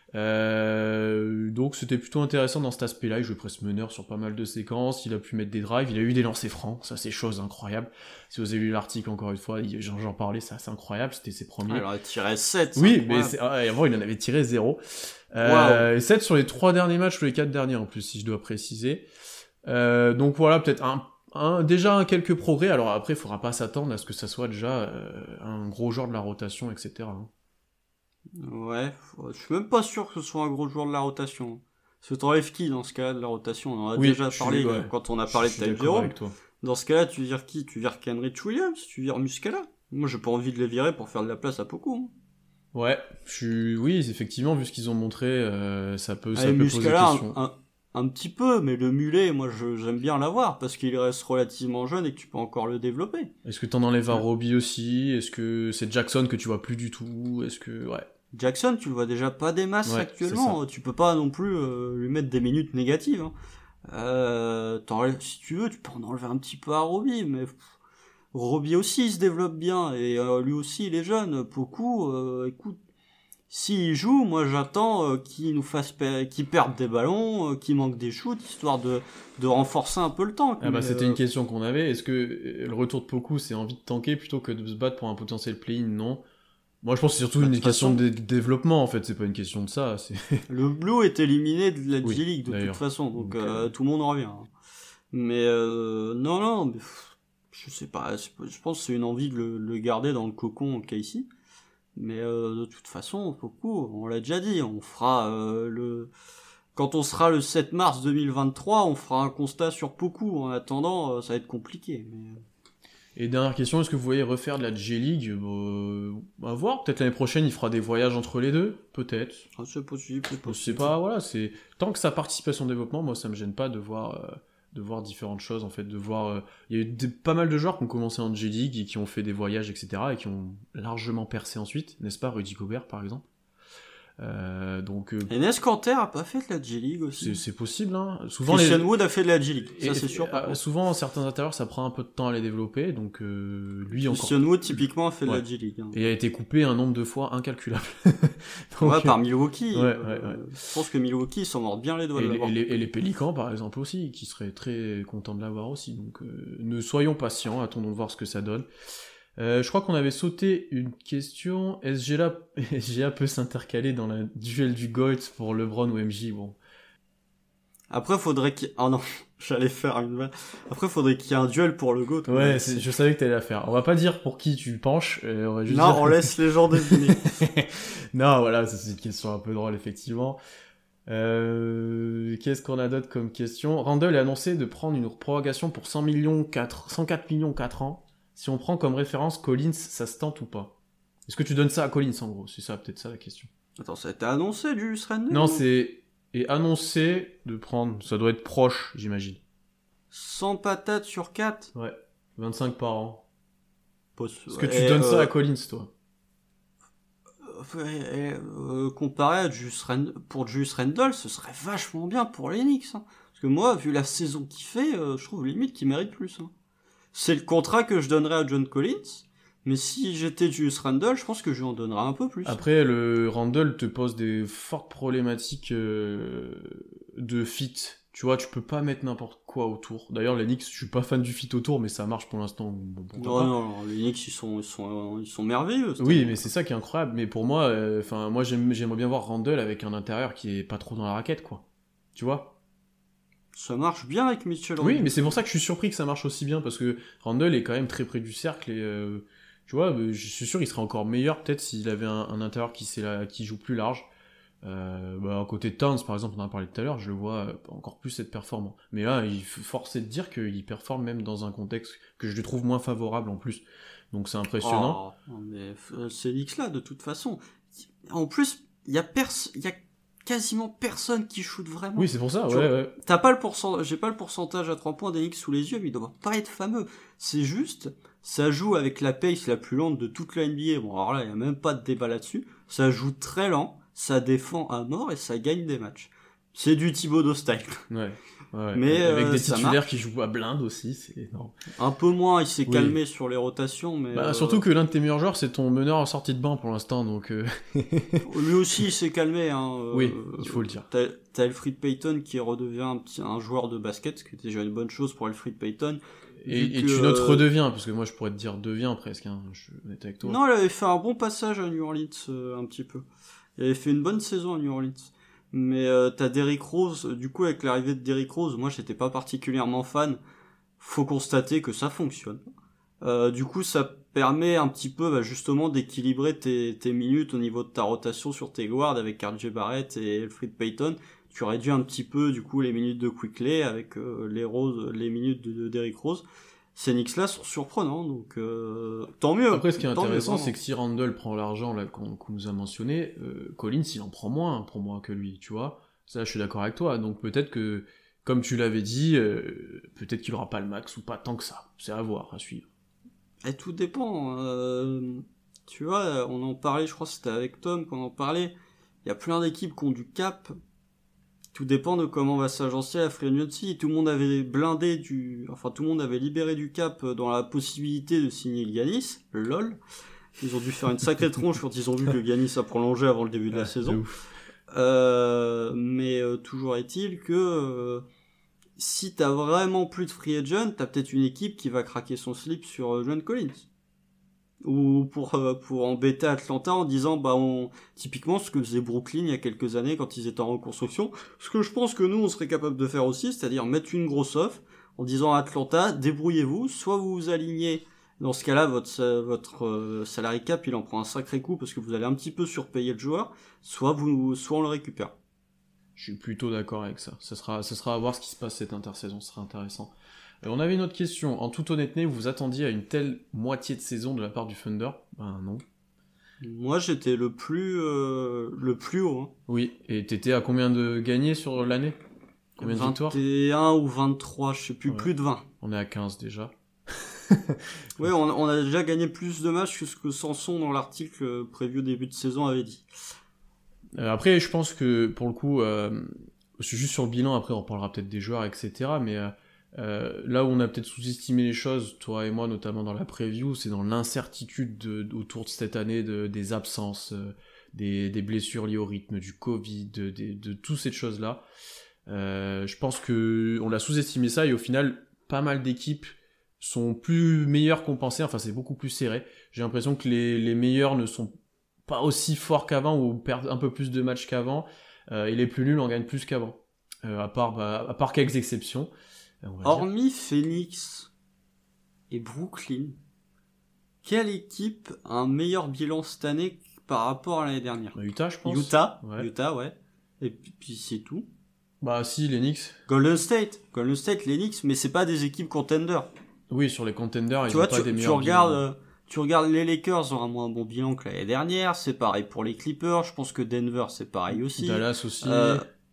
Donc c'était plutôt intéressant dans cet aspect-là. Il jouait presse meneur sur pas mal de séquences, il a pu mettre des drives, il a eu des lancers francs, ça c'est chose incroyable. Si vous avez lu l'article encore une fois, j'en parlais, ça c'est incroyable, c'était ses premiers. Alors il a tiré 7. Oui, mais avant il en avait tiré 0. Wow. 7 sur les 3 derniers matchs, sur les 4 derniers en plus, si je dois préciser. Donc voilà, peut-être déjà quelques progrès. Alors après, il faudra pas s'attendre à ce que ça soit déjà un gros joueur de la rotation, etc. Hein. Ouais, je suis même pas sûr que ce soit un gros joueur de la rotation. Parce que t'enlèves qui dans ce cas-là de la rotation ? On en a déjà parlé quand on a parlé de Type 0. Dans ce cas-là, tu vires qui ? Tu vires Kenrich Williams ? Tu vires Muscala ? Moi, j'ai pas envie de les virer pour faire de la place à Poku. Hein. Ouais, oui, effectivement, vu ce qu'ils ont montré, ça peut poser question. Un petit peu, mais le mulet, moi, j'aime bien l'avoir parce qu'il reste relativement jeune et que tu peux encore le développer. Est-ce que t'en enlèves à Robbie aussi ? Est-ce que c'est Jackson que tu vois plus du tout ? Est-ce que Jackson, tu le vois déjà pas des masses actuellement. Tu peux pas non plus lui mettre des minutes négatives. Hein. Si tu veux, tu peux en enlever un petit peu à Robbie, mais Robbie aussi il se développe bien et lui aussi il est jeune. Poku, écoute, s'il joue, moi j'attends qu'il perde des ballons, qu'il manque des shoots, histoire de renforcer un peu le tank. C'était une question qu'on avait. Est-ce que le retour de Poku, c'est envie de tanker plutôt que de se battre pour un potentiel play-in ? Non. Moi je pense que c'est surtout une question de développement en fait, c'est pas une question de ça. Le Blue est éliminé de la G-League de toute façon, donc tout le monde en revient. Mais non, mais, je sais pas, je pense que c'est une envie de le garder dans le cocon KC. Mais de toute façon, Poku, on l'a déjà dit, on fera quand on sera le 7 mars 2023, on fera un constat sur Poku. En attendant, ça va être compliqué. Mais... Et dernière question, est-ce que vous voyez refaire de la J-League ? À voir, peut-être l'année prochaine il fera des voyages entre les deux, peut-être. Ah, c'est possible. Je sais pas, voilà, tant que ça participe à son développement, moi ça me gêne pas de voir différentes choses en fait, il y a eu pas mal de joueurs qui ont commencé en J-League et qui ont fait des voyages, etc. et qui ont largement percé ensuite, n'est-ce pas, Rudy Gobert par exemple. Enes Kanter a pas fait de la J-League aussi. C'est possible, hein. Souvent Christian Wood a fait de la J-League, ça c'est sûr. Souvent, certains intérieurs, ça prend un peu de temps à les développer, donc lui encore. Christian Wood typiquement a fait de la J-League. Hein. Et a été coupé un nombre de fois incalculable. Donc, par Milwaukee. Ouais. Je pense que Milwaukee s'en mord bien les doigts. Et les Pélicans, par exemple aussi, qui seraient très contents de l'avoir aussi. Donc, ne soyons patients, attendons de voir ce que ça donne. Je crois qu'on avait sauté une question. SGA peut s'intercaler dans la duel du GOAT pour LeBron ou MJ. Bon. Après, faudrait qu'il... Oh non, j'allais faire une vanne. Après, faudrait qu'il y ait un duel pour le GOAT. Ouais, je savais que t'allais la faire. On va pas dire pour qui tu penches. On va juste on laisse les gens deviner. Non, voilà, c'est une question un peu drôle, effectivement. Qu'est-ce qu'on a d'autre comme question ? Randle a annoncé de prendre une prorogation pour 104 millions 4 ans. Si on prend comme référence Collins, ça se tente ou pas ? Est-ce que tu donnes ça à Collins en gros ? C'est ça, peut-être ça la question. Attends, ça a été annoncé, Julius Randle ? Non, c'est annoncé de prendre, ça doit être proche, j'imagine. 100 patates sur 4 ? Ouais, 25 par an. Est-ce que tu donnes ça à Collins, toi? Comparé à pour Julius Randle, ce serait vachement bien pour les Knicks. Hein. Parce que moi, vu la saison qu'il fait, je trouve limite qu'il mérite plus. Hein. C'est le contrat que je donnerais à John Collins, mais si j'étais Julius Randle, je pense que je lui en donnerais un peu plus. Après, le Randle te pose des fortes problématiques de fit. Tu vois, tu peux pas mettre n'importe quoi autour. D'ailleurs, les Knicks, je suis pas fan du fit autour, mais ça marche pour l'instant. Bon, non, les Knicks, ils sont merveilleux. Oui, mais c'est ça qui est incroyable. Mais pour moi, moi, j'aimerais bien voir Randle avec un intérieur qui est pas trop dans la raquette, quoi. Tu vois? Ça marche bien avec Mitchell. Oui, mais c'est pour ça que je suis surpris que ça marche aussi bien, parce que Randle est quand même très près du cercle et tu vois, je suis sûr qu'il serait encore meilleur peut-être s'il avait un intérieur qui joue plus large. À côté de Towns, par exemple, on en a parlé tout à l'heure, je le vois encore plus être performant. Mais là, il faut forcer de dire qu'il performe même dans un contexte que je le trouve moins favorable en plus. Donc c'est impressionnant. Oh, mais ces Knicks-là, de toute façon. En plus, il y a quasiment personne qui shoot vraiment. Oui, c'est pour ça, ouais. J'ai pas le pourcentage à 3 points des Knicks sous les yeux, mais il doit pas être fameux. C'est juste, ça joue avec la pace la plus lente de toute la NBA. Bon, alors là, il y a même pas de débat là-dessus. Ça joue très lent. Ça défend à mort et ça gagne des matchs. C'est du Thibodeau style. Ouais. Mais avec des titulaires qui jouent à blinde aussi, c'est énorme. Un peu moins, il s'est calmé sur les rotations, mais... surtout que l'un de tes meilleurs joueurs, c'est ton meneur en sortie de banc pour l'instant, donc... Lui aussi, il s'est calmé, hein. Oui, il faut le dire. T'as Elfrid Payton qui redevient un joueur de basket, ce qui était déjà une bonne chose pour Elfrid Payton. Et tu notes redevient, parce que moi je pourrais te dire devient presque, hein. Je suis honnête avec toi. Non, il avait fait un bon passage à New Orleans, un petit peu. Il avait fait une bonne saison à New Orleans. Mais t'as Derrick Rose, du coup avec l'arrivée de Derrick Rose, moi j'étais pas particulièrement fan. Faut constater que ça fonctionne. Du coup ça permet un petit peu justement d'équilibrer tes minutes au niveau de ta rotation sur tes guards avec RJ Barrett et Elfrid Payton. Tu réduis un petit peu du coup les minutes de Quickley avec les minutes de Derrick Rose. Ces Knicks-là sont surprenants, donc tant mieux. Après, ce qui est intéressant, c'est que si Randle prend l'argent là qu'on nous a mentionné, Collins, il en prend moins pour moi que lui, tu vois. Ça, je suis d'accord avec toi. Donc peut-être que, comme tu l'avais dit, peut-être qu'il aura pas le max ou pas tant que ça. C'est à voir, à suivre. Et tout dépend. Tu vois, on en parlait, je crois que c'était avec Tom qu'on en parlait. Il y a plein d'équipes qui ont du cap. Tout dépend de comment va s'agencer la free agency. Tout le monde avait tout le monde avait libéré du cap dans la possibilité de signer Giannis. LOL. Ils ont dû faire une sacrée tronche quand ils ont vu que Giannis a prolongé avant le début de la saison. Mais toujours est-il que si t'as vraiment plus de free agent, t'as peut-être une équipe qui va craquer son slip sur John Collins. Ou pour embêter Atlanta en disant typiquement ce que faisait Brooklyn il y a quelques années quand ils étaient en reconstruction, ce que je pense que nous on serait capable de faire aussi, c'est-à-dire mettre une grosse offre en disant à Atlanta débrouillez-vous, soit vous vous alignez, dans ce cas-là votre salary cap il en prend un sacré coup parce que vous allez un petit peu surpayer le joueur, soit on le récupère. Je suis plutôt d'accord avec ça. Ce sera à voir ce qui se passe cette intersaison, ce sera intéressant. On avait une autre question. En toute honnêteté, vous attendiez à une telle moitié de saison de la part du Thunder? Ben non. Moi, j'étais le plus haut. Hein. Oui, et t'étais à combien de gagnés sur l'année? Combien de victoires? 21 ou 23, je sais plus, plus de 20. On est à 15 déjà. Oui, on a déjà gagné plus de matchs que ce que Sanson dans l'article prévu au début de saison avait dit. Après, je pense que pour le coup, c'est juste sur le bilan, après on parlera peut-être des joueurs, etc. Mais là où on a peut-être sous-estimé les choses, toi et moi notamment dans la preview, c'est dans l'incertitude autour de cette année des absences, des blessures liées au rythme, du Covid, de toutes ces choses-là. Je pense que on a sous-estimé ça et au final, pas mal d'équipes sont plus meilleures qu'on pensait, enfin c'est beaucoup plus serré. J'ai l'impression que les meilleurs ne sont pas aussi forts qu'avant ou perdent un peu plus de matchs qu'avant, et les plus nuls en gagnent plus qu'avant. À part quelques exceptions. Hormis Phoenix et Brooklyn, quelle équipe a un meilleur bilan cette année par rapport à l'année dernière? Utah, je pense. Utah, ouais. Et puis c'est tout. Bah si, les Knicks. Golden State, les Knicks, mais c'est pas des équipes contenders. Oui, sur les contenders, ils ont pas des meilleurs bilans. Tu regardes les Lakers ont un moins bon bilan que l'année dernière, c'est pareil pour les Clippers, je pense que Denver c'est pareil aussi. Dallas aussi.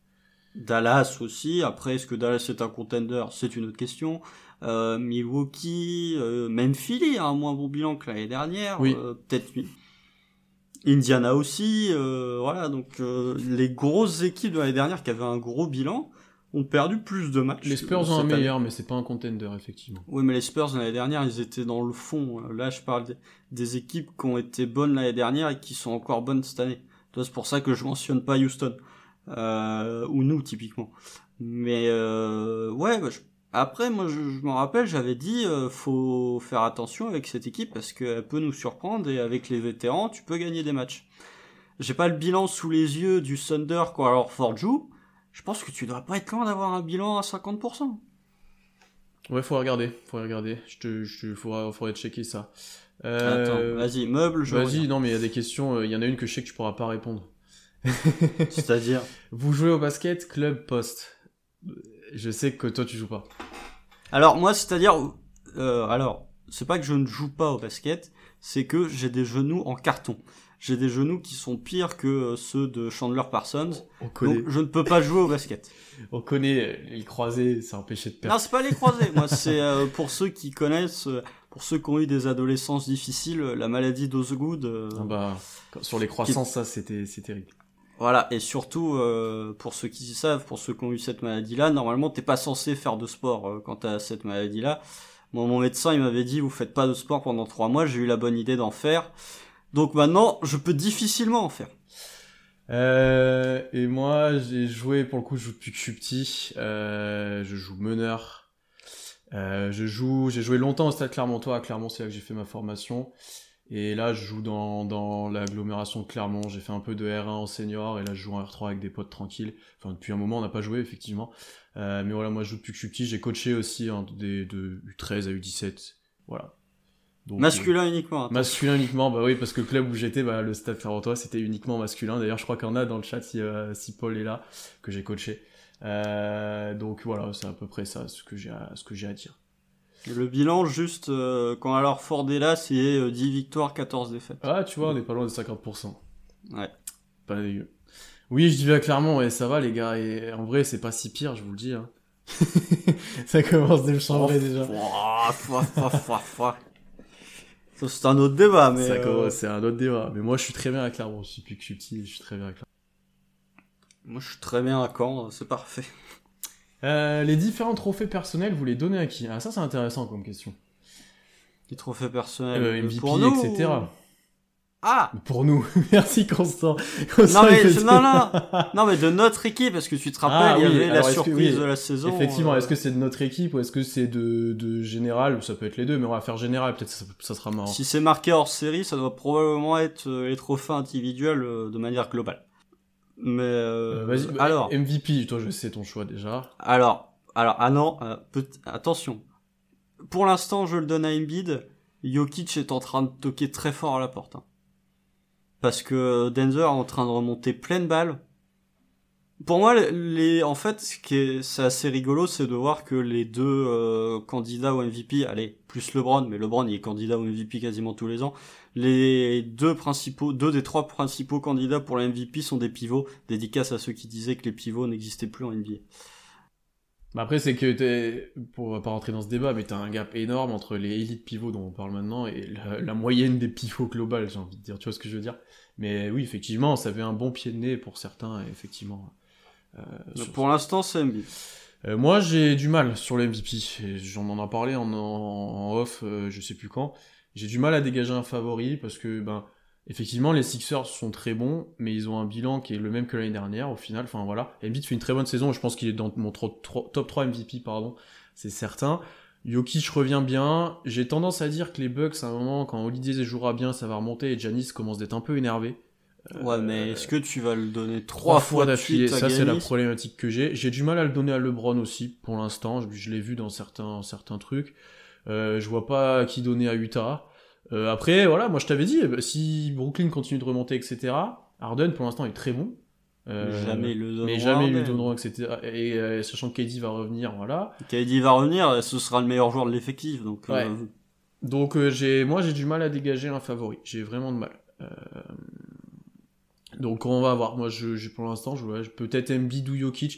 Dallas aussi. Après, est-ce que Dallas est un contender? C'est une autre question. Milwaukee, même Philly a un moins bon bilan que l'année dernière. Oui. Peut-être Indiana aussi. Voilà, donc les grosses équipes de l'année dernière qui avaient un gros bilan ont perdu plus de matchs. Les Spurs ont un meilleur, mais c'est pas un contender, effectivement. Oui, mais les Spurs l'année dernière, ils étaient dans le fond. Là, je parle des équipes qui ont été bonnes l'année dernière et qui sont encore bonnes cette année. C'est pour ça que je mentionne pas Houston. Ou nous, typiquement. Mais ouais, après, moi, je me rappelle, j'avais dit, faut faire attention avec cette équipe parce qu'elle peut nous surprendre et avec les vétérans, tu peux gagner des matchs. J'ai pas le bilan sous les yeux du Thunder quand alors Ford joue. Je pense que tu dois pas être loin d'avoir un bilan à 50%. Ouais, faut regarder. Faudrait checker ça. Attends, vas-y, meuble, Vas-y, non, mais il y a des questions, il y en a une que je sais que tu pourras pas répondre. C'est-à-dire? Vous jouez au basket, club, poste. Je sais que toi tu joues pas. Alors moi, c'est-à-dire, alors c'est pas que je ne joue pas au basket, c'est que j'ai des genoux en carton. J'ai des genoux qui sont pires que ceux de Chandler Parsons. On connaît. Donc je ne peux pas jouer au basket. On connaît les croisés, c'est empêché de perdre. Non, c'est pas les croisés. Moi, c'est pour ceux qui connaissent, pour ceux qui ont eu des adolescences difficiles, la maladie d'Osgood. Ah bah, sur les croissances, ça c'est terrible. Voilà, et surtout, pour ceux qui savent, pour ceux qui ont eu cette maladie-là, normalement, t'es pas censé faire de sport quand t'as cette maladie-là. Moi, mon médecin, il m'avait dit, vous faites pas de sport pendant 3 mois, j'ai eu la bonne idée d'en faire. Donc maintenant, je peux difficilement en faire. Et moi, j'ai joué, pour le coup, je joue depuis que je suis petit. Je joue meneur. J'ai joué longtemps au Stade Clermontois. À Clermont, c'est là que j'ai fait ma formation. Et là, je joue dans l'agglomération de Clermont. J'ai fait un peu de R1 en senior, et là, je joue en R3 avec des potes tranquilles. Enfin, depuis un moment, on n'a pas joué, effectivement. Mais voilà, moi, je joue depuis que je suis petit. J'ai coaché aussi de U13 à U17. Voilà. Donc, masculin uniquement. Attends. Masculin uniquement, bah oui, parce que le club où j'étais, le Stade Clermontois, c'était uniquement masculin. D'ailleurs, je crois qu'il y en a dans le chat si Paul est là, que j'ai coaché. Donc voilà, c'est à peu près ça, ce que j'ai à dire. Le bilan, juste, quand alors Ford est là, c'est 10 victoires, 14 défaites. Ah, tu vois, on est pas loin de 50%. Ouais. Pas dégueu. Oui, je dis à Clermont, et ça va, les gars, et en vrai, c'est pas si pire, je vous le dis. Hein. Ça commence de me chambrer déjà. Ça, c'est un autre débat, mais... C'est un autre débat. Mais moi, je suis très bien à Clermont. Depuis que je suis petit, je suis très bien à Clermont. Moi, je suis très bien à Caen, c'est parfait. Les différents trophées personnels, vous les donnez à qui? Ah, ça, c'est intéressant comme question. Les trophées personnels MVP, pour nous, etc. Ou... Ah, pour nous. Merci, Constant. Non, mais de notre équipe, parce que tu te rappelles, il y avait la surprise de la saison. Effectivement, est-ce que c'est de notre équipe ou est-ce que c'est de général? Ça peut être les deux, mais on va faire général, peut-être ça sera marrant. Si c'est marqué hors série, ça doit probablement être les trophées individuels de manière globale. Mais vas-y, alors MVP, toi je sais ton choix déjà. Alors, ah non, attention. Pour l'instant, je le donne à Embiid. Jokic est en train de toquer très fort à la porte. Hein. Parce que Denver est en train de remonter pleine balle. Pour moi, en fait, c'est assez rigolo, c'est de voir que les deux candidats au MVP, allez, plus LeBron, mais LeBron il est candidat au MVP quasiment tous les ans. Les deux des trois principaux candidats pour le MVP sont des pivots. Dédicace à ceux qui disaient que les pivots n'existaient plus en NBA. Bah après, c'est que pour pas rentrer dans ce débat, mais t'as un gap énorme entre les élites pivots dont on parle maintenant et la moyenne des pivots globales, j'ai envie de dire. Tu vois ce que je veux dire? Mais oui, effectivement, ça fait un bon pied de nez pour certains, effectivement. Pour l'instant, c'est Embiid. Moi, j'ai du mal sur le MVP. J'en en ai parlé en off, je sais plus quand. J'ai du mal à dégager un favori parce que, effectivement, les Sixers sont très bons, mais ils ont un bilan qui est le même que l'année dernière, au final. Enfin, voilà. Embiid fait une très bonne saison, je pense qu'il est dans mon top 3 MVP, c'est certain. Jokic revient bien. J'ai tendance à dire que les Bucks, à un moment, quand Holiday jouera bien, ça va remonter, et Giannis commence d'être un peu énervé. Ouais, mais est-ce que tu vas le donner 3 fois d'affilée? Ça, c'est la Giannis problématique que j'ai. J'ai du mal à le donner à LeBron aussi, pour l'instant. Je l'ai vu dans certains trucs. Je vois pas qui donner à Utah. Après, voilà, moi je t'avais dit, si Brooklyn continue de remonter, etc., Harden, pour l'instant, est très bon. Jamais ils le donneront. Mais jamais ils lui donneront, etc. Et sachant que KD va revenir, voilà. KD va revenir, ce sera le meilleur joueur de l'effectif. Donc, ouais. Donc moi j'ai du mal à dégager un favori. J'ai vraiment de mal. Donc on va voir. Moi pour l'instant, je peut-être Embiid ou Jokic.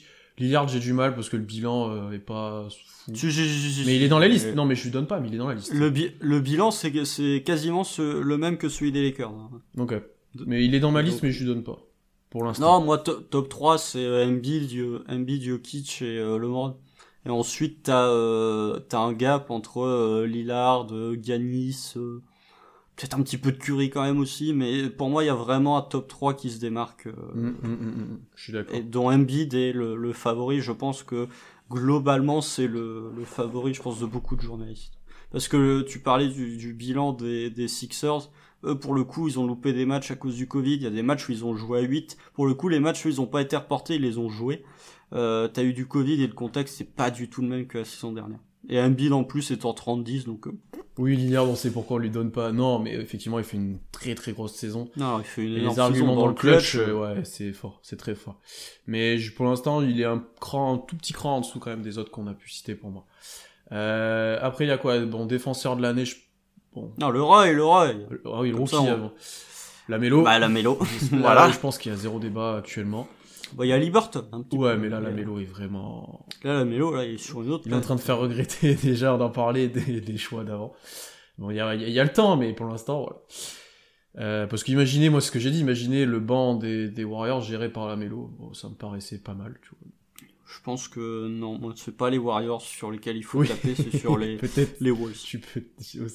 Lillard, j'ai du mal parce que le bilan est pas fou. Si. Mais il est dans la liste. Non, mais je lui donne pas, mais il est dans la liste. Le bilan, c'est quasiment le même que celui des Lakers. Ok. Mais il est dans ma liste, Donc, mais je lui donne pas. Pour l'instant. Non, moi, top 3, c'est Embiid, Jokic et LeBron. Et ensuite, t'as un gap entre Lillard, Giannis, peut-être un petit peu de Curry quand même aussi, mais pour moi, il y a vraiment un top 3 qui se démarque. Je suis d'accord. Et dont Embiid est le favori. Je pense que globalement, c'est le favori, je pense, de beaucoup de journalistes. Parce que tu parlais du bilan des Sixers. Eux, pour le coup, ils ont loupé des matchs à cause du Covid. Il y a des matchs où ils ont joué à 8. Pour le coup, les matchs où ils ont pas été reportés, ils les ont joués. T'as eu du Covid et le contexte, c'est pas du tout le même que la saison dernière. Et Embiid, en plus, est en 30-10, donc... Oui, Lillard, on sait pourquoi on lui donne pas. Non, mais effectivement, il fait une très très grosse saison. Non, il fait une et énorme les arguments saison dans le clutch, ouais, c'est fort, c'est très fort. Mais pour l'instant, il est un tout petit cran en dessous quand même des autres qu'on a pu citer pour moi. Après, il y a quoi? Bon, défenseur de l'année, bon. Non, le Roy. Ah oui, le rookie, ça, avant. La Mélo. Bah, la Mélo. Voilà. Je pense qu'il y a zéro débat actuellement. Bah, il y a Liberton, un petit peu. Ouais, mais là, la Mélo est vraiment... Là, la Mélo, là, il est sur une autre... Il est en train de faire regretter, déjà, d'en parler des choix d'avant. Bon, il y a le temps, mais pour l'instant, voilà. Parce qu'imaginez, moi, ce que j'ai dit, imaginez le banc des Warriors géré par la Mélo. Bon, ça me paraissait pas mal, tu vois. Je pense que non, moi c'est pas les Warriors sur lesquels il faut taper, c'est sur les Wolves. Tu peux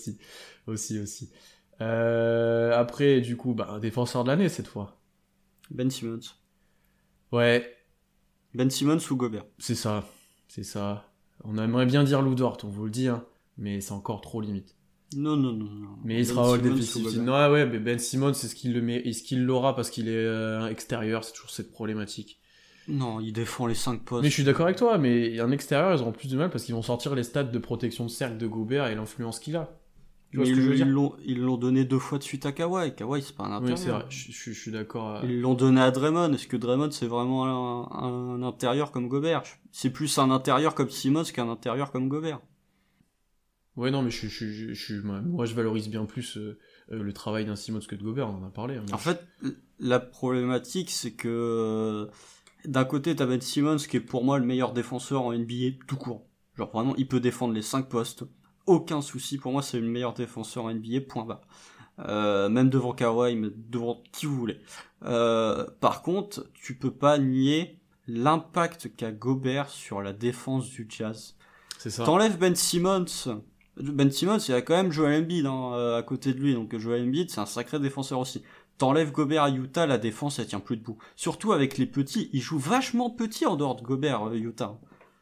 aussi. Après, du coup, défenseur de l'année cette fois. Ben Simmons. Ouais. Ben Simmons ou Gobert. C'est ça. On aimerait bien dire Lou Dort, on vous le dit, hein, mais c'est encore trop limite. Non. Mais il sera All Defensive. Non, ouais, mais Ben Simmons, est-ce qu'il l'aura parce qu'il est extérieur, c'est toujours cette problématique. Non, il défend les 5 postes. Mais je suis d'accord avec toi, mais un extérieur, ils auront plus de mal parce qu'ils vont sortir les stats de protection de cercle de Gobert et l'influence qu'il a. Tu vois ce que je veux dire ? Ils l'ont donné 2 fois de suite à Kawhi. Kawhi, c'est pas un intérieur. Oui, c'est vrai, je suis d'accord. Ils l'ont donné à Draymond. Est-ce que Draymond, c'est vraiment un intérieur comme Gobert ? C'est plus un intérieur comme Simmons qu'un intérieur comme Gobert. Ouais, non, mais moi, je valorise bien plus le travail d'un Simmons que de Gobert, on en a parlé. Hein, en fait, la problématique, c'est que... d'un côté, t'as Ben Simmons qui est pour moi le meilleur défenseur en NBA tout court. Genre vraiment, il peut défendre les 5 postes. Aucun souci, pour moi, c'est le meilleur défenseur en NBA, point barre. Même devant Kawhi, mais devant qui vous voulez. Par contre, tu peux pas nier l'impact qu'a Gobert sur la défense du Jazz. C'est ça. T'enlèves Ben Simmons, il a quand même Joel Embiid à côté de lui, donc Joel Embiid, c'est un sacré défenseur aussi. T'enlèves Gobert à Utah, la défense, elle tient plus debout. Surtout avec les petits, ils jouent vachement petits en dehors de Gobert, Utah.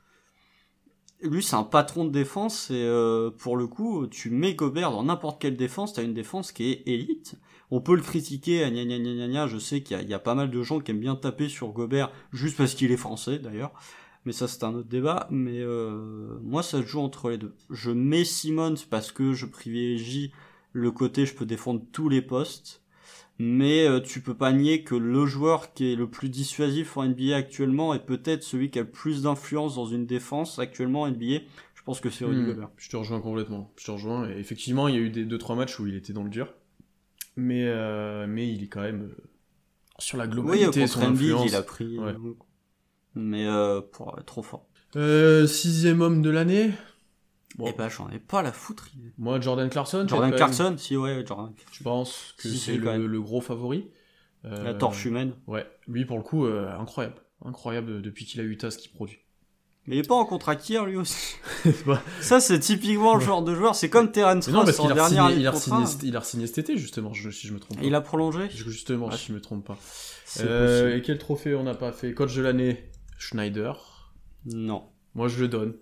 Lui, c'est un patron de défense, et pour le coup, tu mets Gobert dans n'importe quelle défense, t'as une défense qui est élite. On peut le critiquer, je sais qu'il y a pas mal de gens qui aiment bien taper sur Gobert, juste parce qu'il est français, d'ailleurs. Mais ça, c'est un autre débat. Mais moi, ça se joue entre les deux. Je mets Simmons parce que je privilégie le côté je peux défendre tous les postes. Mais tu peux pas nier que le joueur qui est le plus dissuasif en NBA actuellement est peut-être celui qui a le plus d'influence dans une défense actuellement en NBA. Je pense que c'est Rudy Gobert. Je te rejoins complètement. Et effectivement, il y a eu 2-3 matchs où il était dans le dur. Mais il est quand même sur la globalité, oui, son influence. il a pris... Ouais. Mais pour être trop fort. 6e homme de l'année. Bon. J'en ai pas la foutre. Moi, Jordan Clarkson. Si, ouais, Jordan. Je pense que c'est le gros favori. La torche humaine. Ouais, lui pour le coup, incroyable depuis qu'il a eu ce qu'il produit. Mais il est pas en contrat hier lui aussi. Ça c'est typiquement le genre de joueur, c'est comme Terrence Ross en dernière année de contrat. Il a signé cet été justement, si je me trompe pas. Il a prolongé. Justement, si je me trompe pas. Et quel trophée on n'a pas fait? Coach de l'année, Schneider. Non. Moi je le donne.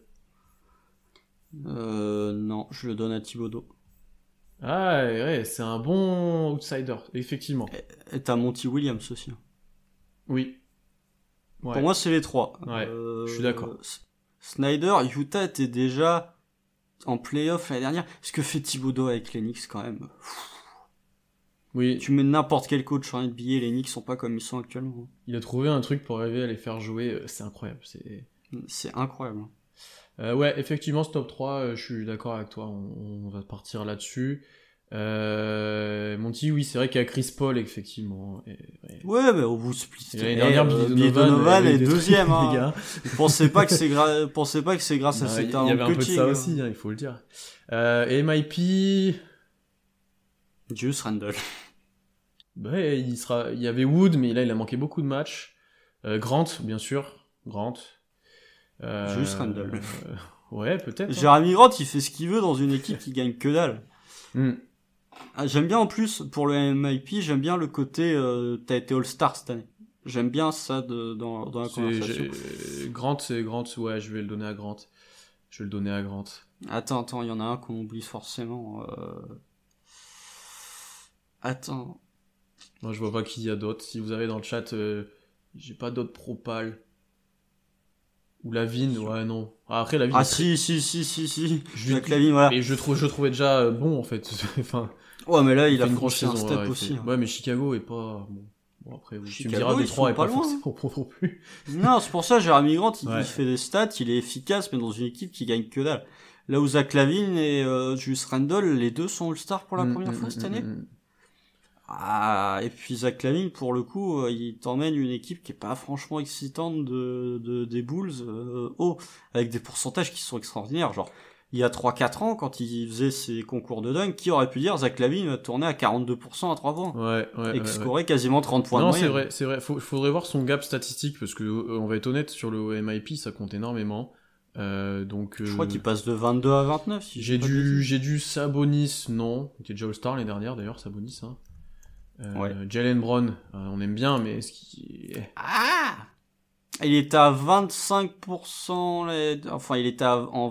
Non, je le donne à Thibodeau. Ah ouais, c'est un bon outsider, effectivement. Et t'as Monty Williams aussi. Oui. Ouais. Pour moi, c'est les 3. Ouais, je suis d'accord. Snyder, Utah était déjà en playoff l'année dernière. Ce que fait Thibodeau avec les Knicks, quand même. Oui. Tu mets n'importe quel coach en NBA, les Knicks sont pas comme ils sont actuellement. Il a trouvé un truc pour arriver à les faire jouer, c'est incroyable. C'est incroyable. Ouais, effectivement, ce top 3, je suis d'accord avec toi, on va partir là-dessus. Monty, oui, c'est vrai qu'il y a Chris Paul, effectivement. Ouais, mais au bout split. L'année dernière, Billy Donovan est deuxième. Les Hein. gars. Pensez pas que c'est grâce à ses talents. Il y avait un peu de coaching, ça aussi, hein, il faut le dire. MIP. Julius Randle. Ouais, il y avait Wood, mais là, il a manqué beaucoup de matchs. Grant, bien sûr. Grant. Julius Randle. Ouais, peut-être. Hein. Jeremy Grant, il fait ce qu'il veut dans une équipe qui gagne que dalle. Ah, j'aime bien en plus, pour le MIP, j'aime bien le côté t'as été All-Star cette année. J'aime bien ça dans la conversation. Grant, ouais, je vais le donner à Grant. Attends, il y en a un qu'on oublie forcément. Attends. Moi, je vois pas qui y a d'autres. Si vous avez dans le chat, j'ai pas d'autres propales. Ou Lavigne, ouais, non. Après, Lavigne... Ah, si. Avec Lavigne, voilà. Et je trouvais déjà bon, en fait. Enfin... Ouais, mais là, il a une grosse saison, un step ouais, aussi. Ouais, mais Chicago est pas... Bon après, oui. Tu me Chicago, diras, Détroit est pas loin. forcément pro non plus. Non, c'est pour ça, Jeremy Grant, il fait des stats, il est efficace, mais dans une équipe qui gagne que dalle. Là où Zach LaVine et Julius Randle, les deux sont All-Star pour la première fois cette année. Ah, et puis Zach LaVine, pour le coup, il t'emmène une équipe qui est pas franchement excitante des Bulls, avec des pourcentages qui sont extraordinaires. Genre, il y a 3-4 ans, quand il faisait ses concours de dunk, qui aurait pu dire Zach LaVine tournait à 42% à 3 points. Ouais. Et scorait quasiment 30 points de moyenne. Non, c'est vrai. Faudrait voir son gap statistique, parce que, on va être honnête, sur le MIP, ça compte énormément. Donc, je crois qu'il passe de 22 à 29, si j'ai dû Sabonis, non. Il était déjà All-Star l'année dernière, d'ailleurs, Sabonis, hein. Jalen Brown, on aime bien, mais est-ce qu'il... Il était à 25%, enfin, il était en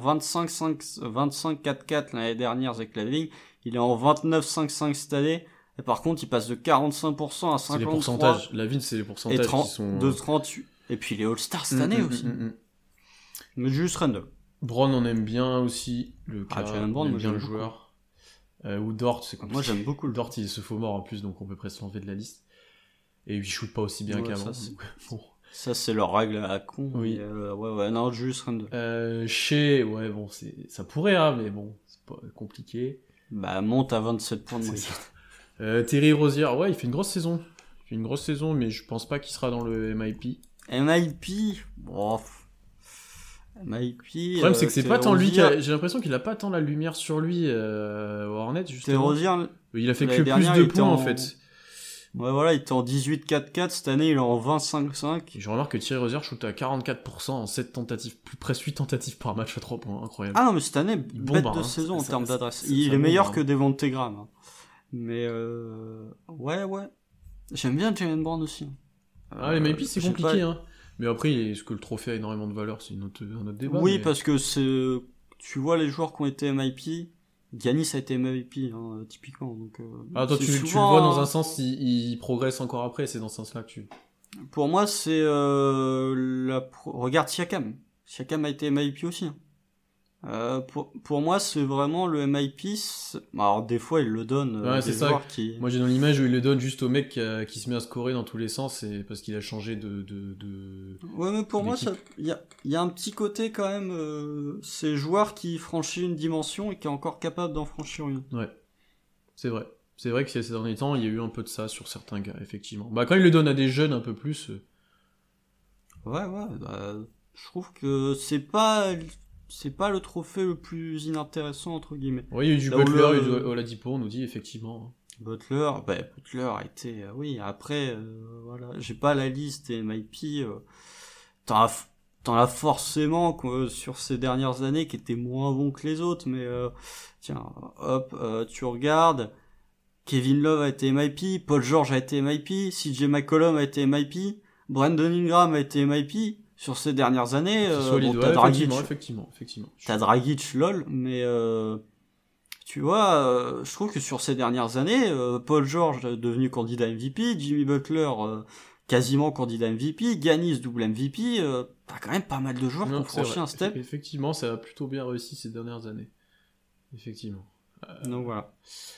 25-4-4 l'année dernière, Zach LaVine. Il est en 29-5-5 cette année. Et par contre, il passe de 45% à 53%. C'est les pourcentages. LaVine, c'est les pourcentages qui sont... De 38. Et puis, il est All-Star cette année aussi. Mais juste Randle. Brown, on aime bien aussi. Jalen Brown, moi, bien j'aime le joueur. Ou Dort, c'est compliqué. Moi, j'aime beaucoup le Dort, il se faux mort en plus, donc on peut presque l'enlever de la liste. Et il shoot pas aussi bien qu'avant. Ça, c'est leur règle à con. Oui. Non, juste Randle. Shea, ouais, bon, ça pourrait, hein, mais bon, c'est pas compliqué. Bah, monte à 27 points de moyenne. Terry Rozier, ouais, il fait une grosse saison. Mais je pense pas qu'il sera dans le MIP. MIP, bon... MIP, le problème, c'est que c'est pas tant lui j'ai l'impression qu'il a pas tant la lumière sur lui, Hornet, justement. Rozier, il a fait que plus de points, en fait. Ouais, voilà, il était en 18-4-4, cette année, il est en 25-5. Et je remarque que Thierry Rozier shoot à 44% en 7 tentatives, plus près 8 tentatives par match à 3 points, incroyable. Ah non, mais cette année, bête de saison en termes d'adresse. Il est meilleur que Devonte Graham. Hein. Mais ouais. J'aime bien Jalen Brown aussi. Les MIP, c'est compliqué, hein. Mais après, est-ce que le trophée a énormément de valeur, c'est un autre débat. Oui, parce que tu vois les joueurs qui ont été MIP, Giannis a été MVP, hein, typiquement. Donc, toi, tu le vois dans un sens, il progresse encore après, c'est dans ce sens-là que tu... Pour moi, c'est regarde Siakam. Siakam a été MIP aussi. Hein. Pour moi, c'est vraiment le MIP. Alors, des fois, il le donne des joueurs qui... Moi, j'ai dans l'image où il le donne juste au mec qui se met à scorer dans tous les sens, et parce qu'il a changé de... Ouais, mais pour moi, il y a un petit côté quand même, ces joueurs qui franchissent une dimension et qui est encore capable d'en franchir une. Ouais, c'est vrai. C'est vrai que ces derniers temps, il y a eu un peu de ça sur certains gars, effectivement. Bah, quand il le donne à des jeunes un peu plus... Ouais, je trouve que c'est pas le trophée le plus inintéressant, entre guillemets. Oui, il y a eu du Butler, il y a eu du Oladipo, on nous dit, effectivement. Butler a été... oui, après, voilà, j'ai pas la liste des MIP. T'en as forcément sur ces dernières années qui étaient moins bons que les autres, mais tu regardes... Kevin Love a été MIP, Paul George a été MIP, CJ McCollum a été MIP, Brandon Ingram a été MIP... Sur ces dernières années, t'as Dragic, effectivement. T'as Dragic, lol, mais tu vois, je trouve que sur ces dernières années, Paul George est devenu candidat MVP, Jimmy Butler quasiment candidat MVP, Giannis double MVP, t'as quand même pas mal de joueurs qui ont franchi un step. Effectivement, ça a plutôt bien réussi ces dernières années. Effectivement. Donc voilà.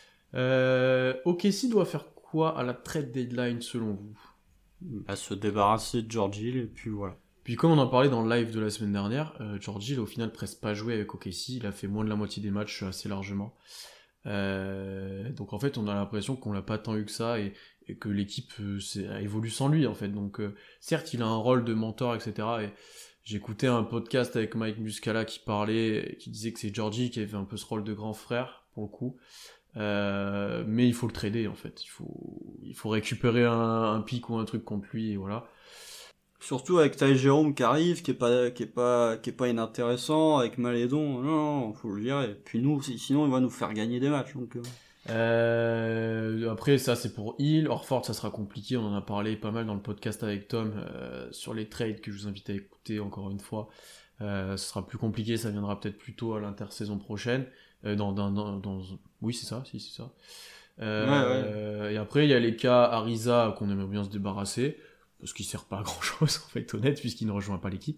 OKC doit faire quoi à la trade deadline selon vous ? Se débarrasser de George Hill et puis voilà. Puis comme on en parlait dans le live de la semaine dernière, George Hill au final presque pas joué avec OKC, il a fait moins de la moitié des matchs assez largement. Donc en fait, on a l'impression qu'on l'a pas tant eu que ça et que l'équipe évolue sans lui en fait. Donc certes, il a un rôle de mentor, etc. Et j'écoutais un podcast avec Mike Muscala qui parlait, qui disait que c'est Georgie qui avait un peu ce rôle de grand frère pour le coup. Mais il faut le trader en fait. Il faut récupérer un pic ou un truc contre lui et voilà. Surtout avec Ty Jerome qui arrive, qui est pas inintéressant, avec Malédon, non, faut le virer. Puis nous, sinon il va nous faire gagner des matchs. Donc, Après ça c'est pour Hill, Horford ça sera compliqué, on en a parlé pas mal dans le podcast avec Tom sur les trades que je vous invite à écouter encore une fois. Ce sera plus compliqué, ça viendra peut-être plus tôt à l'intersaison prochaine. Oui c'est ça, si c'est ça. ouais. Et après il y a les cas Ariza qu'on aimerait bien se débarrasser. Parce qu'il sert pas à grand chose, en fait, honnête, puisqu'il ne rejoint pas l'équipe.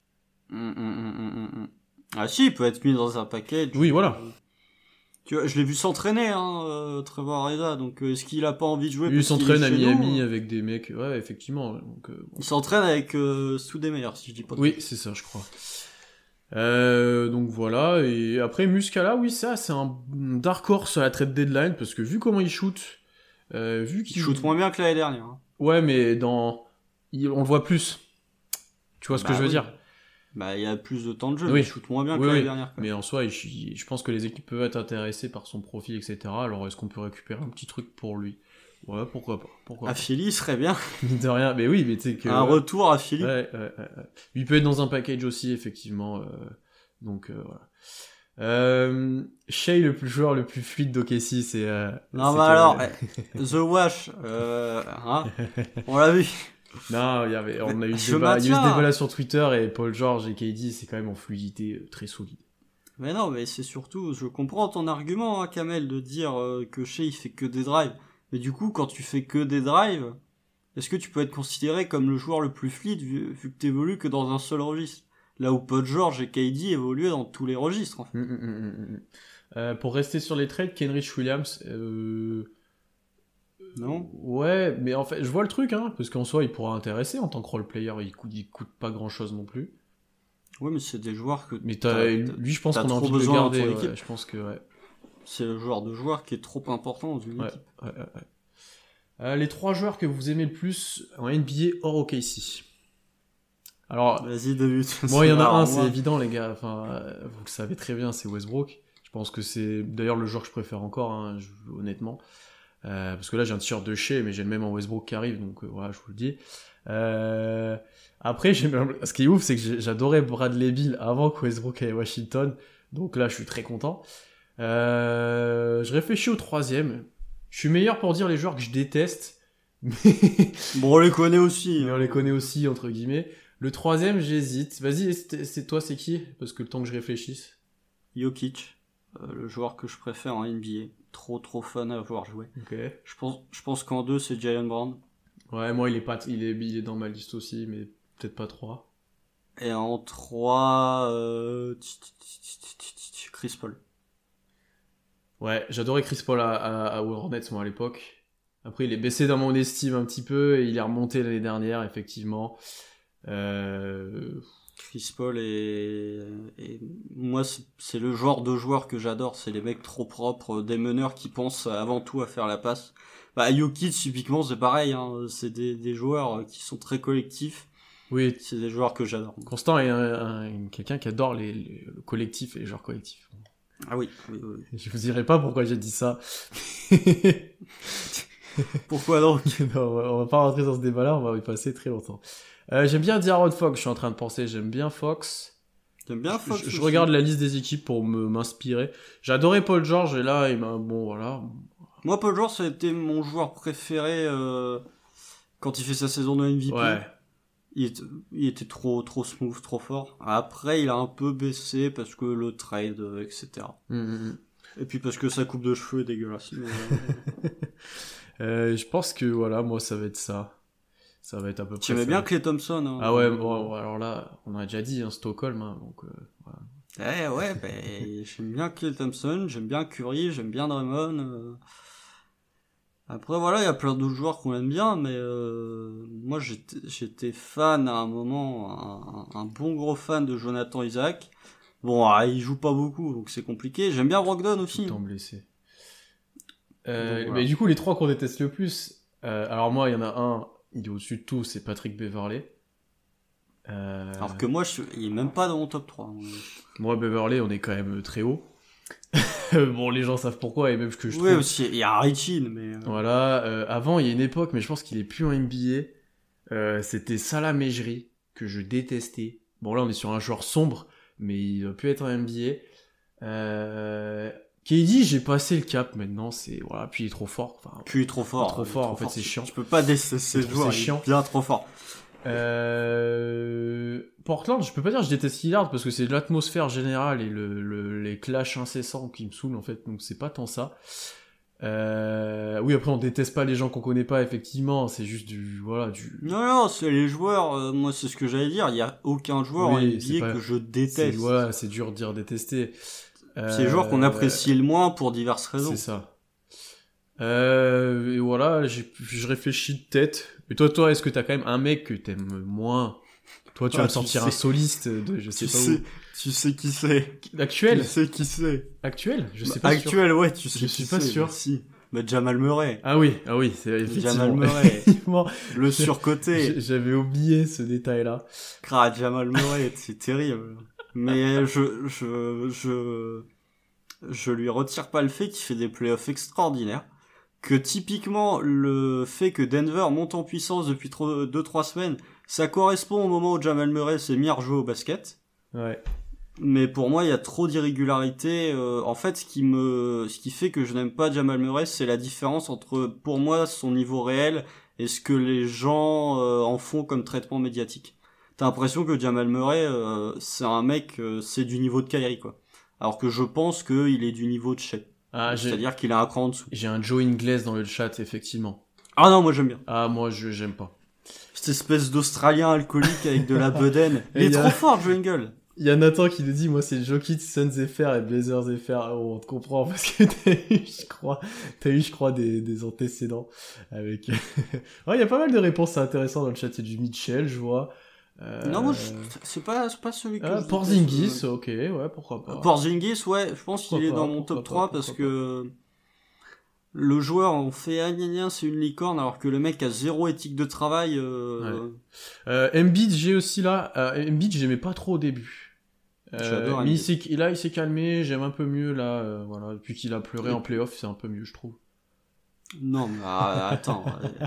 Ah si, il peut être mis dans un package. Oui, voilà. Tu vois, je l'ai vu s'entraîner, Trevor Ariza, donc est-ce qu'il a pas envie de jouer? Il s'entraîne à Miami avec des mecs, ouais, effectivement. Donc, bon. Il s'entraîne avec sous des meilleurs, si je dis pas de Oui, c'est ça, je crois. Donc voilà, et après Muscala, oui, ça, c'est un dark horse à la trade deadline, parce que vu comment il shoot, il shoot moins bien que l'année dernière. Hein. Ouais, mais on le voit plus. Tu vois ce que je veux dire? Bah, il y a plus de temps de jeu, mais il shoot moins bien que l'année dernière. Mais en soi, je pense que les équipes peuvent être intéressées par son profil, etc. Alors, est-ce qu'on peut récupérer un petit truc pour lui? Ouais, pourquoi pas. À Philly serait bien. De rien, mais oui, mais tu sais que... Un retour à Philly. Ouais. Il peut être dans un package aussi, effectivement. Donc, voilà. Shea, le joueur le plus fluide d'OKC, c'est... non, mais alors, The Wash, hein, on l'a vu. Non, on a eu ce débat sur Twitter et Paul George et KD, c'est quand même en fluidité très solide. Mais non, mais c'est surtout, je comprends ton argument, hein, Kamel, de dire que Shea il fait que des drives. Mais du coup, quand tu fais que des drives, est-ce que tu peux être considéré comme le joueur le plus fluide vu que t'évolues que dans un seul registre? Là où Paul George et KD évoluaient dans tous les registres, en fait. Pour rester sur les trades, Kenrich Williams, non? Ouais, mais en fait, je vois le truc, hein, parce qu'en soi, il pourra intéresser en tant que role player, il coûte pas grand chose non plus. Ouais, mais c'est des joueurs que. Mais lui, je pense qu'on a envie de le garder. Ouais, je pense que, ouais. C'est le joueur qui est trop important dans une équipe. Ouais. Les 3 joueurs que vous aimez le plus en NBA hors OKC. Alors, vas-y, David. Moi, il y en a un, c'est évident, les gars. Enfin, vous le savez très bien, c'est Westbrook. Je pense que c'est d'ailleurs le joueur que je préfère encore, hein, honnêtement. Parce que là, j'ai un t-shirt de Shea, mais j'ai le même en Westbrook qui arrive, donc voilà, je vous le dis. Après, ce qui est ouf, c'est que j'adorais Bradley Beal avant que Westbrook aille à Washington. Donc là, je suis très content. Je réfléchis au 3e. Je suis meilleur pour dire les joueurs que je déteste. Mais... bon, on les connaît aussi. Mais on les connaît aussi, entre guillemets. Le 3e, j'hésite. Vas-y, c'est toi, c'est qui? Parce que le temps que je réfléchisse. Jokic, le joueur que je préfère en NBA. Trop fun à voir jouer. Okay. Je pense qu'en 2, c'est Jaylen Brown. Ouais, moi, il est dans ma liste aussi, mais peut-être pas 3. Et en 3, Chris Paul. Ouais, j'adorais Chris Paul à Hornets, moi, à l'époque. Après, il est baissé dans mon estime un petit peu, et il est remonté l'année dernière, effectivement. Chris Paul et moi, c'est le genre de joueur que j'adore. C'est les mecs trop propres, des meneurs qui pensent avant tout à faire la passe. Bah, Jokic, typiquement, c'est pareil, hein. C'est des joueurs qui sont très collectifs. Oui. C'est des joueurs que j'adore. Constant est quelqu'un qui adore le collectif et les joueurs collectifs. Ah oui. Je vous dirai pas pourquoi j'ai dit ça. Pourquoi donc? Non, on va pas rentrer dans ce débat-là, on va y passer très longtemps. J'aime bien De'Aaron Fox, je suis en train de penser, j'aime bien Fox. J'aime bien Fox. Je regarde la liste des équipes pour m'inspirer. J'adorais Paul George et là, bon voilà. Moi, Paul George, c'était mon joueur préféré quand il fait sa saison de MVP. Ouais. Il était trop smooth, trop fort. Après, il a un peu baissé parce que le trade, etc. Et puis parce que sa coupe de cheveux est dégueulasse. Je pense que voilà, moi, ça va être ça. Ça va être à peu près. Tu aimais bien Klay Thompson. Hein, ah ouais, bon, alors là, on a déjà dit, hein, Stockholm, hein, donc voilà. Ouais, j'aime bien Klay Thompson, j'aime bien Curry, j'aime bien Draymond. Après, voilà, il y a plein d'autres joueurs qu'on aime bien, mais moi, j'étais fan à un moment, un bon gros fan de Jonathan Isaac. Bon, il joue pas beaucoup, donc c'est compliqué. J'aime bien Brogdon aussi. Tout le temps blessé. voilà. Mais du coup, les 3 qu'on déteste le plus, alors moi, il y en a un, il est au-dessus de tout, c'est Patrick Beverley. Alors que moi, il est même pas dans mon top 3. Moi, Beverley, on est quand même très haut. Bon, les gens savent pourquoi, et même que je trouve... Oui, aussi, il y a Richin, mais... Voilà, avant, il y a une époque, mais je pense qu'il est plus en NBA, c'était Salah Mejri, que je détestais. Bon, là, on est sur un joueur sombre, mais il doit plus être en NBA. KD, j'ai passé le cap maintenant, c'est... Voilà, puis il est trop fort. Enfin, Puis il est trop fort. trop fort, en fait, c'est chiant. Tu peux pas détester ce joueur, c'est il chiant. est bien trop fort. Portland, je peux pas dire que je déteste Lillard parce que c'est l'atmosphère générale et les clashs incessants qui me saoulent en fait, donc c'est pas tant ça. Oui, après on déteste pas les gens qu'on connaît pas, effectivement, c'est juste du Non, c'est les joueurs, moi c'est ce que j'allais dire, il y a aucun joueur en NBA que je déteste. C'est dur de dire détester. C'est les joueurs qu'on apprécie le moins pour diverses raisons. C'est ça. Et voilà, je réfléchis de tête. Mais toi, est-ce que t'as quand même un mec que t'aimes moins? Toi, tu vas me sortir un soliste de je sais pas où. Tu sais qui c'est. Actuel? Tu sais qui c'est. Actuel? Je sais pas. Actuel, sûr. Ouais, tu sais. Je suis pas sûr. Mais si. Mais Jamal Murray. Ah oui, c'est effectivement. Jamal Murray. Le surcoté. J'avais oublié ce détail-là. Jamal Murray, c'est terrible. Mais je lui retire pas le fait qu'il fait des playoffs extraordinaires. Que typiquement, le fait que Denver monte en puissance depuis 2-3 semaines, ça correspond au moment où Jamal Murray s'est mis à rejouer au basket. Ouais. Mais pour moi, il y a trop d'irrégularités. En fait, ce qui fait que je n'aime pas Jamal Murray, c'est la différence entre, pour moi, son niveau réel et ce que les gens en font comme traitement médiatique. T'as l'impression que Jamal Murray, c'est un mec, c'est du niveau de Kyrie, quoi. Alors que je pense qu'il est du niveau de Shea. C'est-à-dire qu'il a un cran en dessous. J'ai un Joe Ingles dans le chat, effectivement. Ah non, moi j'aime bien. Ah, moi j'aime pas. Cette espèce d'Australien alcoolique avec de la bedaine. Il est trop fort, Joe Ingles. Il y a Nathan qui nous dit, moi c'est Jokic, Suns FR et Blazers FR. Oh, on te comprend parce que t'as eu, je crois, des antécédents avec... Ouais, il y a pas mal de réponses intéressantes dans le chat. Il y a du Mitchell, je vois. Non, moi, c'est pas celui que Porzingis, ok, ouais, pourquoi pas. Porzingis, ouais, je pense qu'il est dans mon top 3 parce que le joueur, on fait c'est une licorne alors que le mec a zéro éthique de travail. Embiid, j'ai aussi là. Embiid, j'aimais pas trop au début. J'adore mais il s'est calmé, j'aime un peu mieux là. Voilà, depuis qu'il a pleuré en playoff, c'est un peu mieux, je trouve. Non, mais attends.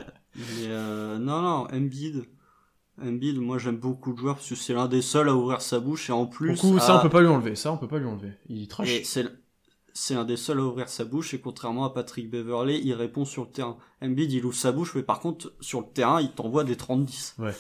Non, Embiid, moi j'aime beaucoup le joueur parce que c'est l'un des seuls à ouvrir sa bouche et en plus... Ça on peut pas lui enlever, il est trash. Et c'est l'un des seuls à ouvrir sa bouche et contrairement à Patrick Beverley, il répond sur le terrain. Embiid il ouvre sa bouche mais par contre sur le terrain il t'envoie des 30-10. Ouais.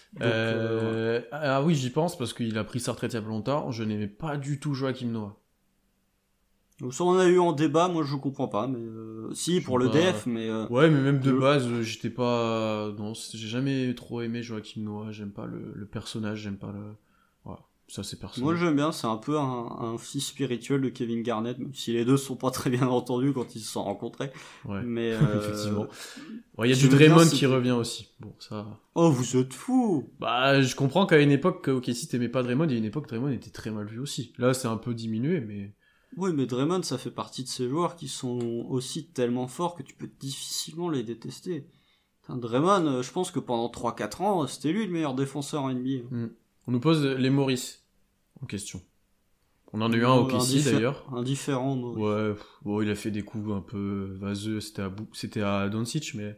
Donc, Ah oui, j'y pense parce qu'il a pris sa retraite il y a longtemps, je n'aimais pas du tout Joachim Noah. Donc ça on a eu en débat, moi je comprends pas, mais si pour le DF, mais ouais, mais même de base, j'étais pas, non, j'ai jamais trop aimé Joachim Noah, j'aime pas le personnage, j'aime pas le, voilà, ça c'est personnel. Moi j'aime bien, c'est un peu un fils spirituel de Kevin Garnett, même si les deux sont pas très bien entendus quand ils se sont rencontrés. Ouais. Mais effectivement. Ouais, il y a du Draymond qui revient aussi. Bon, ça. Oh, vous êtes fous. Bah, je comprends qu'à une époque, ok, si t'aimais pas Draymond, il y a une époque Draymond était très mal vu aussi. Là, c'est un peu diminué, mais. Oui, mais Draymond, ça fait partie de ces joueurs qui sont aussi tellement forts que tu peux difficilement les détester. Draymond, je pense que pendant 3-4 ans, c'était lui le meilleur défenseur en NBA. On nous pose les Maurice en question. On en a eu un au KC d'ailleurs. Indifférent, Maurice. Ouais, bon, il a fait des coups un peu vaseux, c'était à Doncic, mais...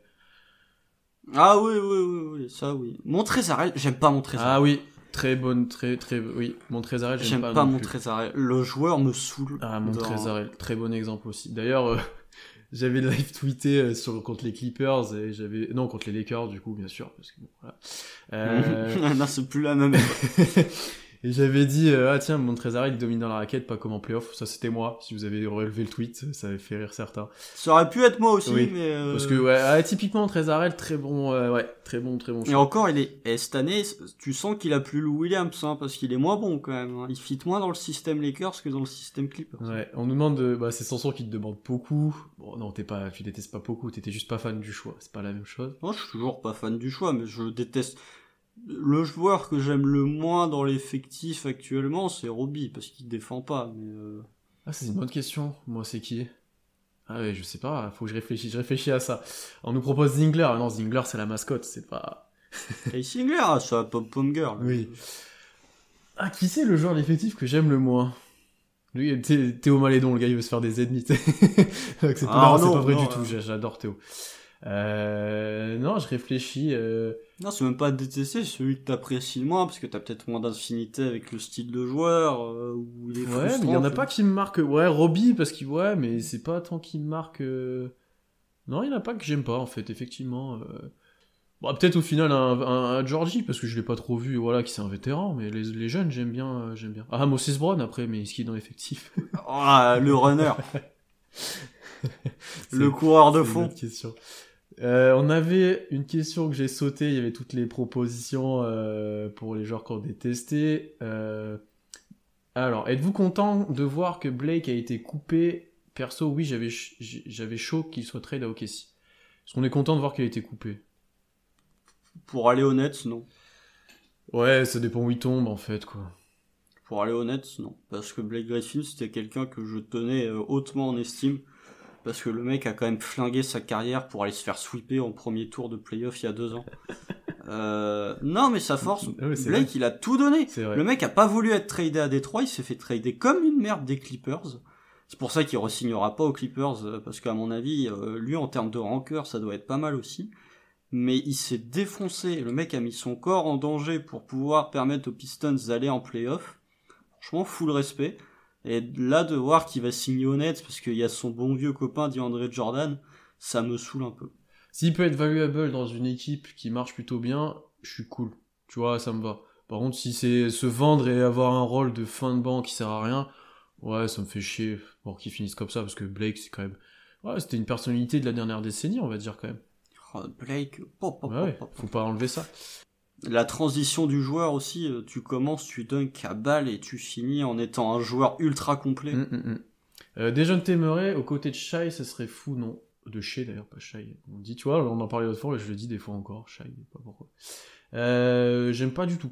Ah oui, ça oui. Montrezarel, j'aime pas Montrezarel. Ah oui, très bonne, oui, Montrezarel, j'aime pas Montrezarel. Le joueur me saoule. Ah, Montrezarel, très bon exemple aussi. D'ailleurs, j'avais live tweeté contre les Clippers et contre les Lakers du coup, bien sûr, parce que bon, voilà. Non, c'est plus la même. Et j'avais dit, ah tiens, Montrezarel, il domine dans la raquette, pas comme en playoff. Ça, c'était moi. Si vous avez relevé le tweet, ça avait fait rire certains. Ça aurait pu être moi aussi, oui, mais... Parce que, typiquement, Montrezarel, très bon choix. Et encore, cette année, tu sens qu'il a plus Lou Williams, hein, parce qu'il est moins bon, quand même. Hein. Il fit moins dans le système Lakers que dans le système Clippers. Ouais, on nous demande c'est Sanson qui te demande beaucoup. Bon, non, tu détestes pas beaucoup, t'étais juste pas fan du choix. C'est pas la même chose. Moi, je suis toujours pas fan du choix, mais je déteste... Le joueur que j'aime le moins dans l'effectif actuellement, c'est Roby, parce qu'il défend pas, mais... Ah, c'est une bonne question. Moi, c'est qui ? Ah ouais, je sais pas, faut que je réfléchis à ça. On nous propose Zingler. Ah non, Zingler, c'est la mascotte, c'est pas... Casey Singler, ça pom girl. Oui. Ah, qui c'est le joueur d'effectif que j'aime le moins? Lui, Théo Malédon, le gars, il veut se faire des ennemis. Donc c'est pas vrai du tout, j'adore Théo. Non, je réfléchis. Non, c'est même pas détester, c'est celui que t'apprécies le moins, parce que t'as peut-être moins d'affinité avec le style de joueur, où il est frustrant. Ouais, mais il y en a pas qui me marquent. Ouais, Robbie, parce qu'il... Ouais, mais c'est pas tant qu'il me marque... Non, il y en a pas que j'aime pas, en fait, effectivement. Bon, peut-être au final un Georgie, parce que je l'ai pas trop vu, voilà, qui c'est un vétéran, mais les jeunes, j'aime bien. Ah, Moses Brown, après, mais est-ce qu'il est dans l'effectif? Oh, le runner. Le coureur de fond. C'est une autre question. On avait une question que j'ai sautée, il y avait toutes les propositions pour les joueurs qu'on détestait. Alors, êtes-vous content de voir que Blake a été coupé? Perso, oui, j'avais chaud qu'il soit trade à OKC. Est-ce qu'on est content de voir qu'il a été coupé? Pour aller au Nets, non. Ouais, ça dépend où il tombe, en fait, quoi. Pour aller au Nets, non. Parce que Blake Griffin, c'était quelqu'un que je tenais hautement en estime. Parce que le mec a quand même flingué sa carrière pour aller se faire sweeper en premier tour de playoff il y a 2 ans. Non, mais sa force, Ah ouais, Blake, vrai. il a tout donné. C'est Le mec a pas voulu être tradé à Détroit, il s'est fait trader comme une merde des Clippers. C'est pour ça qu'il re-signera pas aux Clippers, parce qu'à mon avis, lui, en termes de rancœur, ça doit être pas mal aussi. Mais il s'est défoncé. Le mec a mis son corps en danger pour pouvoir permettre aux Pistons d'aller en playoff. Franchement, full respect. Et là, de voir qu'il va signer au Nets parce qu'il y a son bon vieux copain DeAndre Jordan, ça me saoule un peu. S'il peut être valuable dans une équipe qui marche plutôt bien, je suis cool. Tu vois, ça me va. Par contre, si c'est se vendre et avoir un rôle de fin de banc qui sert à rien, ouais, ça me fait chier pour qu'ils finissent comme ça, parce que Blake, c'est quand même... Ouais, c'était une personnalité de la dernière décennie, on va dire, quand même. Oh, Blake, Ouais, faut pas enlever ça. La transition du joueur aussi, tu commences, tu dunks à balle et tu finis en étant un joueur ultra complet. Dejounte Murray, aux côtés de Shai, ça serait fou, non? De Shai d'ailleurs, pas Shai. On dit, tu vois, on en parlait l'autre fois, et je le dis des fois encore, Shai, pas pourquoi. J'aime pas du tout.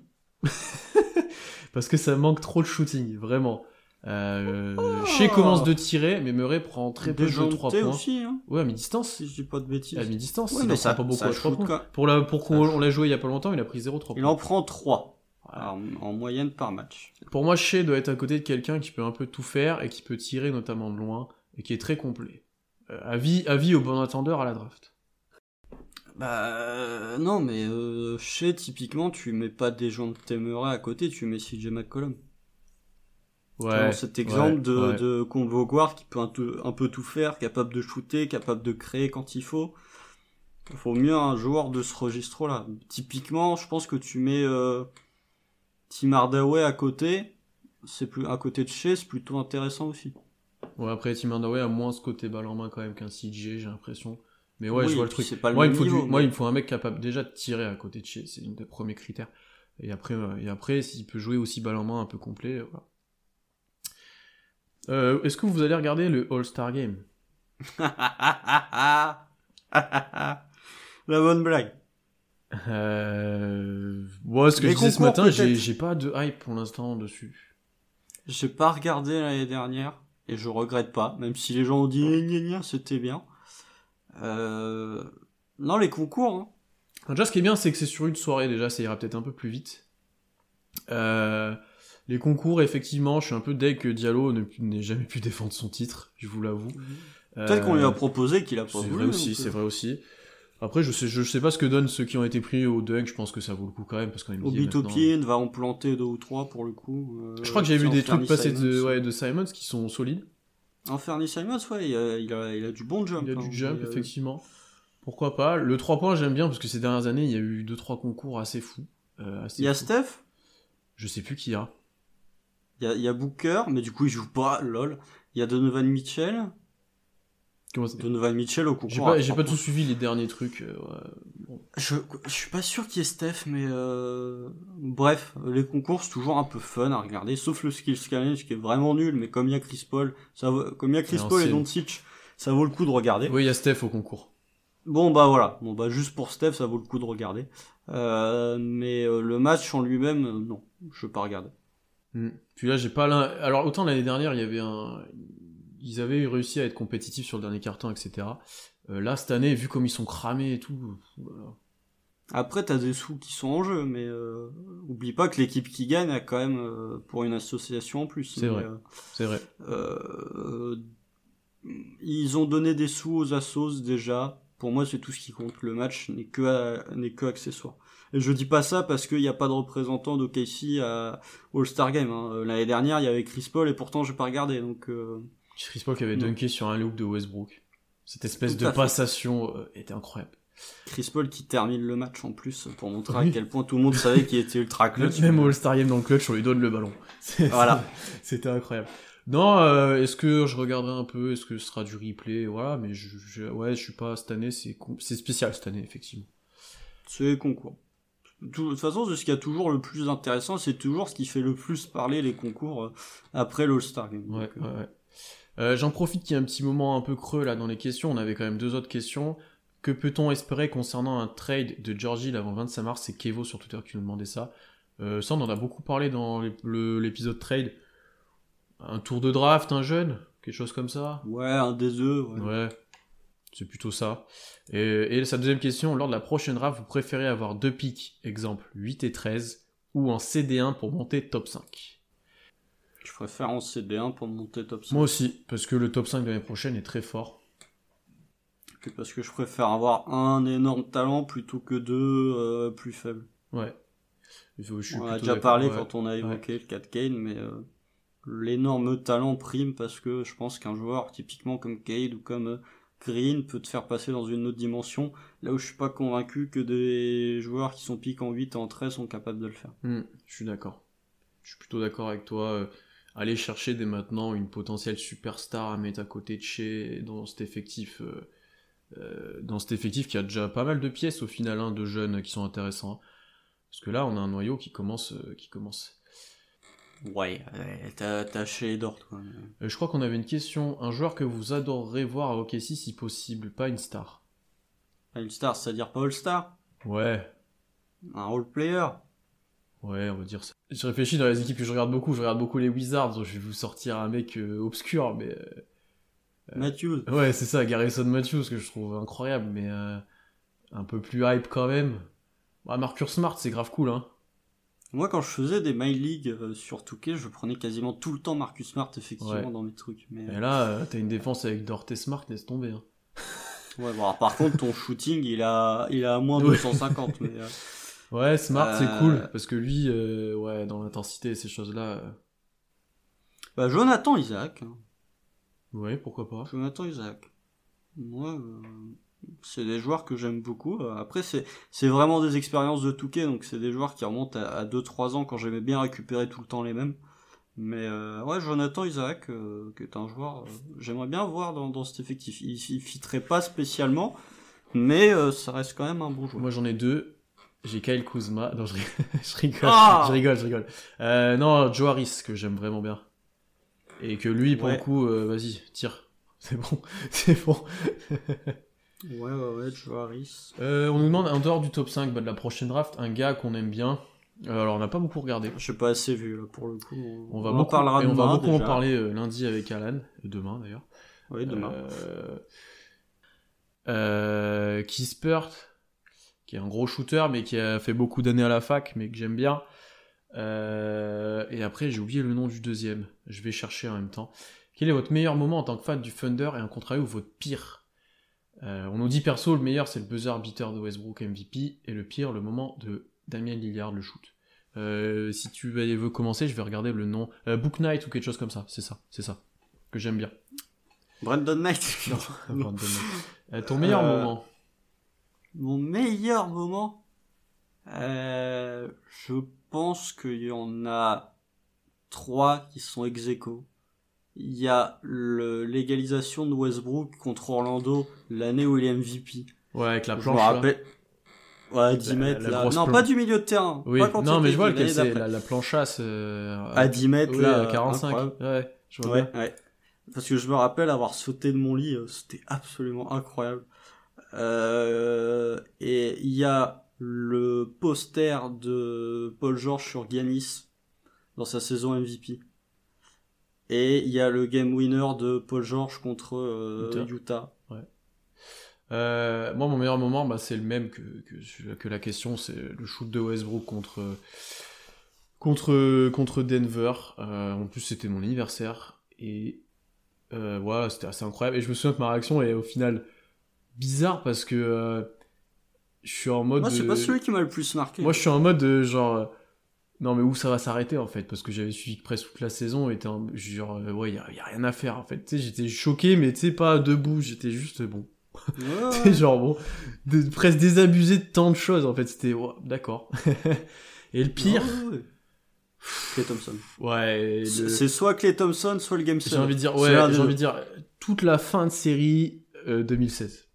Parce que ça manque trop de shooting, vraiment. Shai commence de tirer, mais Murray prend très peu de 3 points. Aussi, hein. Ouais, à mi-distance. Si je dis pas de bêtises. À mi-distance, ouais, il mais en ça prend pas beaucoup ça à 3 shoot points. quand... Pour qu'on l'a joué il y a pas longtemps, il a pris 0,3 points. Il en prend 3. En moyenne par match. Pour moi, Shai doit être à côté de quelqu'un qui peut un peu tout faire et qui peut tirer notamment de loin et qui est très complet. Avis au bon attendeur à la draft. Non, mais chez typiquement, tu mets pas des gens de Murray à côté, tu mets CJ McCollum. Ouais. Cet exemple de combo guard qui peut un peu tout faire, capable de shooter, capable de créer quand il faut. Il faut mieux un joueur de ce registre-là. Typiquement, je pense que tu mets Tim Hardaway à côté, à côté de Shai, c'est plutôt intéressant aussi. Ouais, après Tim Hardaway a moins ce côté balle en main quand même qu'un CJ, j'ai l'impression. Mais ouais, oui, je vois le truc. C'est pas le moi, même niveau, moi, il me faut un mec capable déjà de tirer à côté de Shai, c'est une des premiers critères. Et après, s'il peut jouer aussi balle en main un peu complet, voilà. Est-ce que vous allez regarder le All-Star Game? La bonne blague. Ouais, ce que je disais ce matin, j'ai pas de hype pour l'instant dessus. J'ai pas regardé l'année dernière et je regrette pas, même si les gens ont dit gna c'était bien. Non, les concours. Hein. Déjà, ce qui est bien, c'est que c'est sur une soirée déjà, ça ira peut-être un peu plus vite. Les concours, effectivement, je suis un peu deg que Diallo n'ait jamais pu défendre son titre, je vous l'avoue. Peut-être qu'on lui a proposé qu'il a pas voulu. C'est vrai aussi. Après, je sais pas ce que donnent ceux qui ont été pris au dunk, je pense que ça vaut le coup quand même, parce qu'on est Au Bitopien va en planter 2 ou 3 pour le coup. Je crois que j'ai vu des trucs passer de Simons qui sont solides. Fernie Simons, ouais, il a du bon jump. Il a du jump, effectivement. Pourquoi pas. Le 3 points, j'aime bien, parce que ces dernières années, il y a eu 2-3 concours assez fous. Il y a Steph. Je sais plus qui y a. Il y a Booker, mais du coup, il joue pas, lol. Il y a Donovan Mitchell. Donovan Mitchell au concours. J'ai pas tout suivi les derniers trucs. Bon. Je suis pas sûr qu'il y ait Steph, mais bref, les concours c'est toujours un peu fun à regarder, sauf le Skills Challenge qui est vraiment nul, mais comme il y a Chris Paul, et Doncic, ça vaut le coup de regarder. Oui, il y a Steph au concours. Bon bah voilà, juste pour Steph, ça vaut le coup de regarder. Mais le match en lui-même, non, je veux pas regarder. Puis là, j'ai pas alors autant l'année dernière, il y avait ils avaient réussi à être compétitifs sur le dernier quart-temps, etc. Là, cette année, vu comme ils sont cramés et tout... Voilà. Après, t'as des sous qui sont en jeu, mais oublie pas que l'équipe qui gagne a quand même pour une association en plus. C'est vrai, c'est vrai. Ils ont donné des sous aux assos déjà. Pour moi, c'est tout ce qui compte. Le match n'est que accessoire. Et je dis pas ça parce qu'il n'y a pas de représentant d'OKC à All-Star Game. Hein. L'année dernière, il y avait Chris Paul et pourtant, j'ai pas regardé. Donc, Chris Paul qui avait dunké sur un loop de Westbrook. Cette espèce de passation était incroyable. Chris Paul qui termine le match en plus pour montrer à quel point tout le monde savait qu'il était ultra clutch. Même au All-Star Game dans le clutch, on lui donne le ballon. Voilà. C'était incroyable. Non, est-ce que je regarderai un peu, est-ce que ce sera du replay, voilà, mais je suis pas cette année, c'est spécial cette année, effectivement. C'est concours. De toute façon, c'est ce qui a toujours le plus intéressant, c'est toujours ce qui fait le plus parler les concours après l'All-Star Game. Ouais. J'en profite qu'il y a un petit moment un peu creux là dans les questions, on avait quand même 2 autres questions. Que peut-on espérer concernant un trade de Georgie avant 25 mars? C'est Kevo sur Twitter qui nous demandait ça. Ça, on en a beaucoup parlé dans l'épisode trade. Un tour de draft, un jeune, quelque chose comme ça. Ouais, un des deux. Ouais, c'est plutôt ça. Et sa deuxième question, lors de la prochaine draft, vous préférez avoir 2 picks, exemple 8 et 13, ou en CD1 pour monter top 5? Je préfère en CD1 pour monter top 5. Moi aussi, parce que le top 5 de l'année prochaine est très fort. Et parce que je préfère avoir un énorme talent plutôt que 2 plus faibles. Ouais. On a déjà parlé quand on a évoqué le 4 Kane, mais l'énorme talent prime parce que je pense qu'un joueur typiquement comme Cade ou comme Green peut te faire passer dans une autre dimension, là où je suis pas convaincu que des joueurs qui sont piques en 8 et en 13 sont capables de le faire. Je suis d'accord. Je suis plutôt d'accord avec toi. Aller chercher dès maintenant une potentielle superstar à mettre à côté de chez dans cet effectif qui a déjà pas mal de pièces au final, hein, de jeunes qui sont intéressants. Parce que là, on a un noyau qui commence. Ouais, t'as chez Dort, quoi. Je crois qu'on avait une question. Un joueur que vous adorerez voir à OKC si possible, pas une star. Pas une star, c'est-à-dire pas All-Star? Ouais. Un role-player? Ouais, on va dire ça. Je réfléchis dans les équipes que je regarde beaucoup les Wizards, je vais vous sortir un mec obscur, mais... Matthews. Ouais, c'est ça, Garrison Matthews, que je trouve incroyable, mais un peu plus hype quand même. Bah, Marcus Smart, c'est grave cool, hein. Moi, quand je faisais des My League sur 2K, je prenais quasiment tout le temps Marcus Smart, effectivement, dans mes trucs. Mais et là, t'as une défense avec Dort et Smart, laisse tomber. Hein. Ouais, bon, alors, par contre, ton shooting, il a à moins 250. Mais, ouais, Smart, c'est cool, parce que lui, dans l'intensité et ces choses-là... Bah, Jonathan Isaac. Hein. Ouais, pourquoi pas. Jonathan Isaac. Moi, c'est des joueurs que j'aime beaucoup. Après, c'est vraiment des expériences de 2K, donc c'est des joueurs qui remontent à 2-3 ans quand j'aimais bien récupérer tout le temps les mêmes. Mais ouais, Jonathan Isaac, qui est un joueur, j'aimerais bien voir dans cet effectif. Il fitterait pas spécialement, mais ça reste quand même un bon joueur. Moi, j'en ai 2. J'ai Kyle Kuzma. Non, je rigole. Ah je rigole. Non, Joe Harris, que j'aime vraiment bien. Et que lui, pour le coup, vas-y, tire. C'est bon. Ouais, Joe Harris. On nous demande, en dehors du top 5 de la prochaine draft, un gars qu'on aime bien. Alors, on n'a pas beaucoup regardé. Je n'ai pas assez vu, là, pour le coup. On va beaucoup en parler lundi avec Alan. Demain, d'ailleurs. Oui, demain. Kispert, qui est un gros shooter, mais qui a fait beaucoup d'années à la fac, mais que j'aime bien. Et après, j'ai oublié le nom du deuxième. Je vais chercher en même temps. Quel est votre meilleur moment en tant que fan du Thunder et en contrario votre pire? On nous dit perso, le meilleur c'est le buzzer beater de Westbrook MVP et le pire, le moment de Damian Lillard, le shoot. Si tu veux commencer, je vais regarder le nom. Book Night ou quelque chose comme ça. C'est ça. Que j'aime bien. Brandon Knight. Non, Brandon Knight. Ton meilleur moment? Mon meilleur moment? Je pense qu'il y en a 3 qui sont ex aequo. Il y a l'égalisation de Westbrook contre Orlando l'année où il est MVP. Ouais, avec la planche. Je me rappelle. Ouais, 10 mètres là. Non, pas du milieu de terrain. Oui, pas non, mais je vois que c'est la planchasse. À 10 mètres là. À 45. Incroyable. Ouais, je vois bien. Ouais. Parce que je me rappelle avoir sauté de mon lit. C'était absolument incroyable. Et il y a le poster de Paul George sur Giannis dans sa saison MVP. Et il y a le game winner de Paul George contre Utah. Ouais. Moi, mon meilleur moment, c'est le même que la question, c'est le shoot de Westbrook contre Denver. En plus, c'était mon anniversaire. Et voilà, c'était assez incroyable. Et je me souviens que ma réaction est au final bizarre parce que je suis en mode... Moi, c'est pas celui qui m'a le plus marqué. Moi, je suis en mode genre... non, mais où ça va s'arrêter, en fait? Parce que j'avais suivi presque toute la saison et genre... ouais, y a rien à faire, en fait. Tu sais, j'étais choqué, mais tu sais, pas debout. J'étais juste, bon... Ouais. genre, bon... presque désabusé de tant de choses, en fait. C'était... ouais, d'accord. Et le pire... Ouais. Klay Thompson. Ouais... C'est soit Klay Thompson, soit le Game 7. J'ai envie de dire... ouais, j'ai envie de dire... toute la fin de série 2016.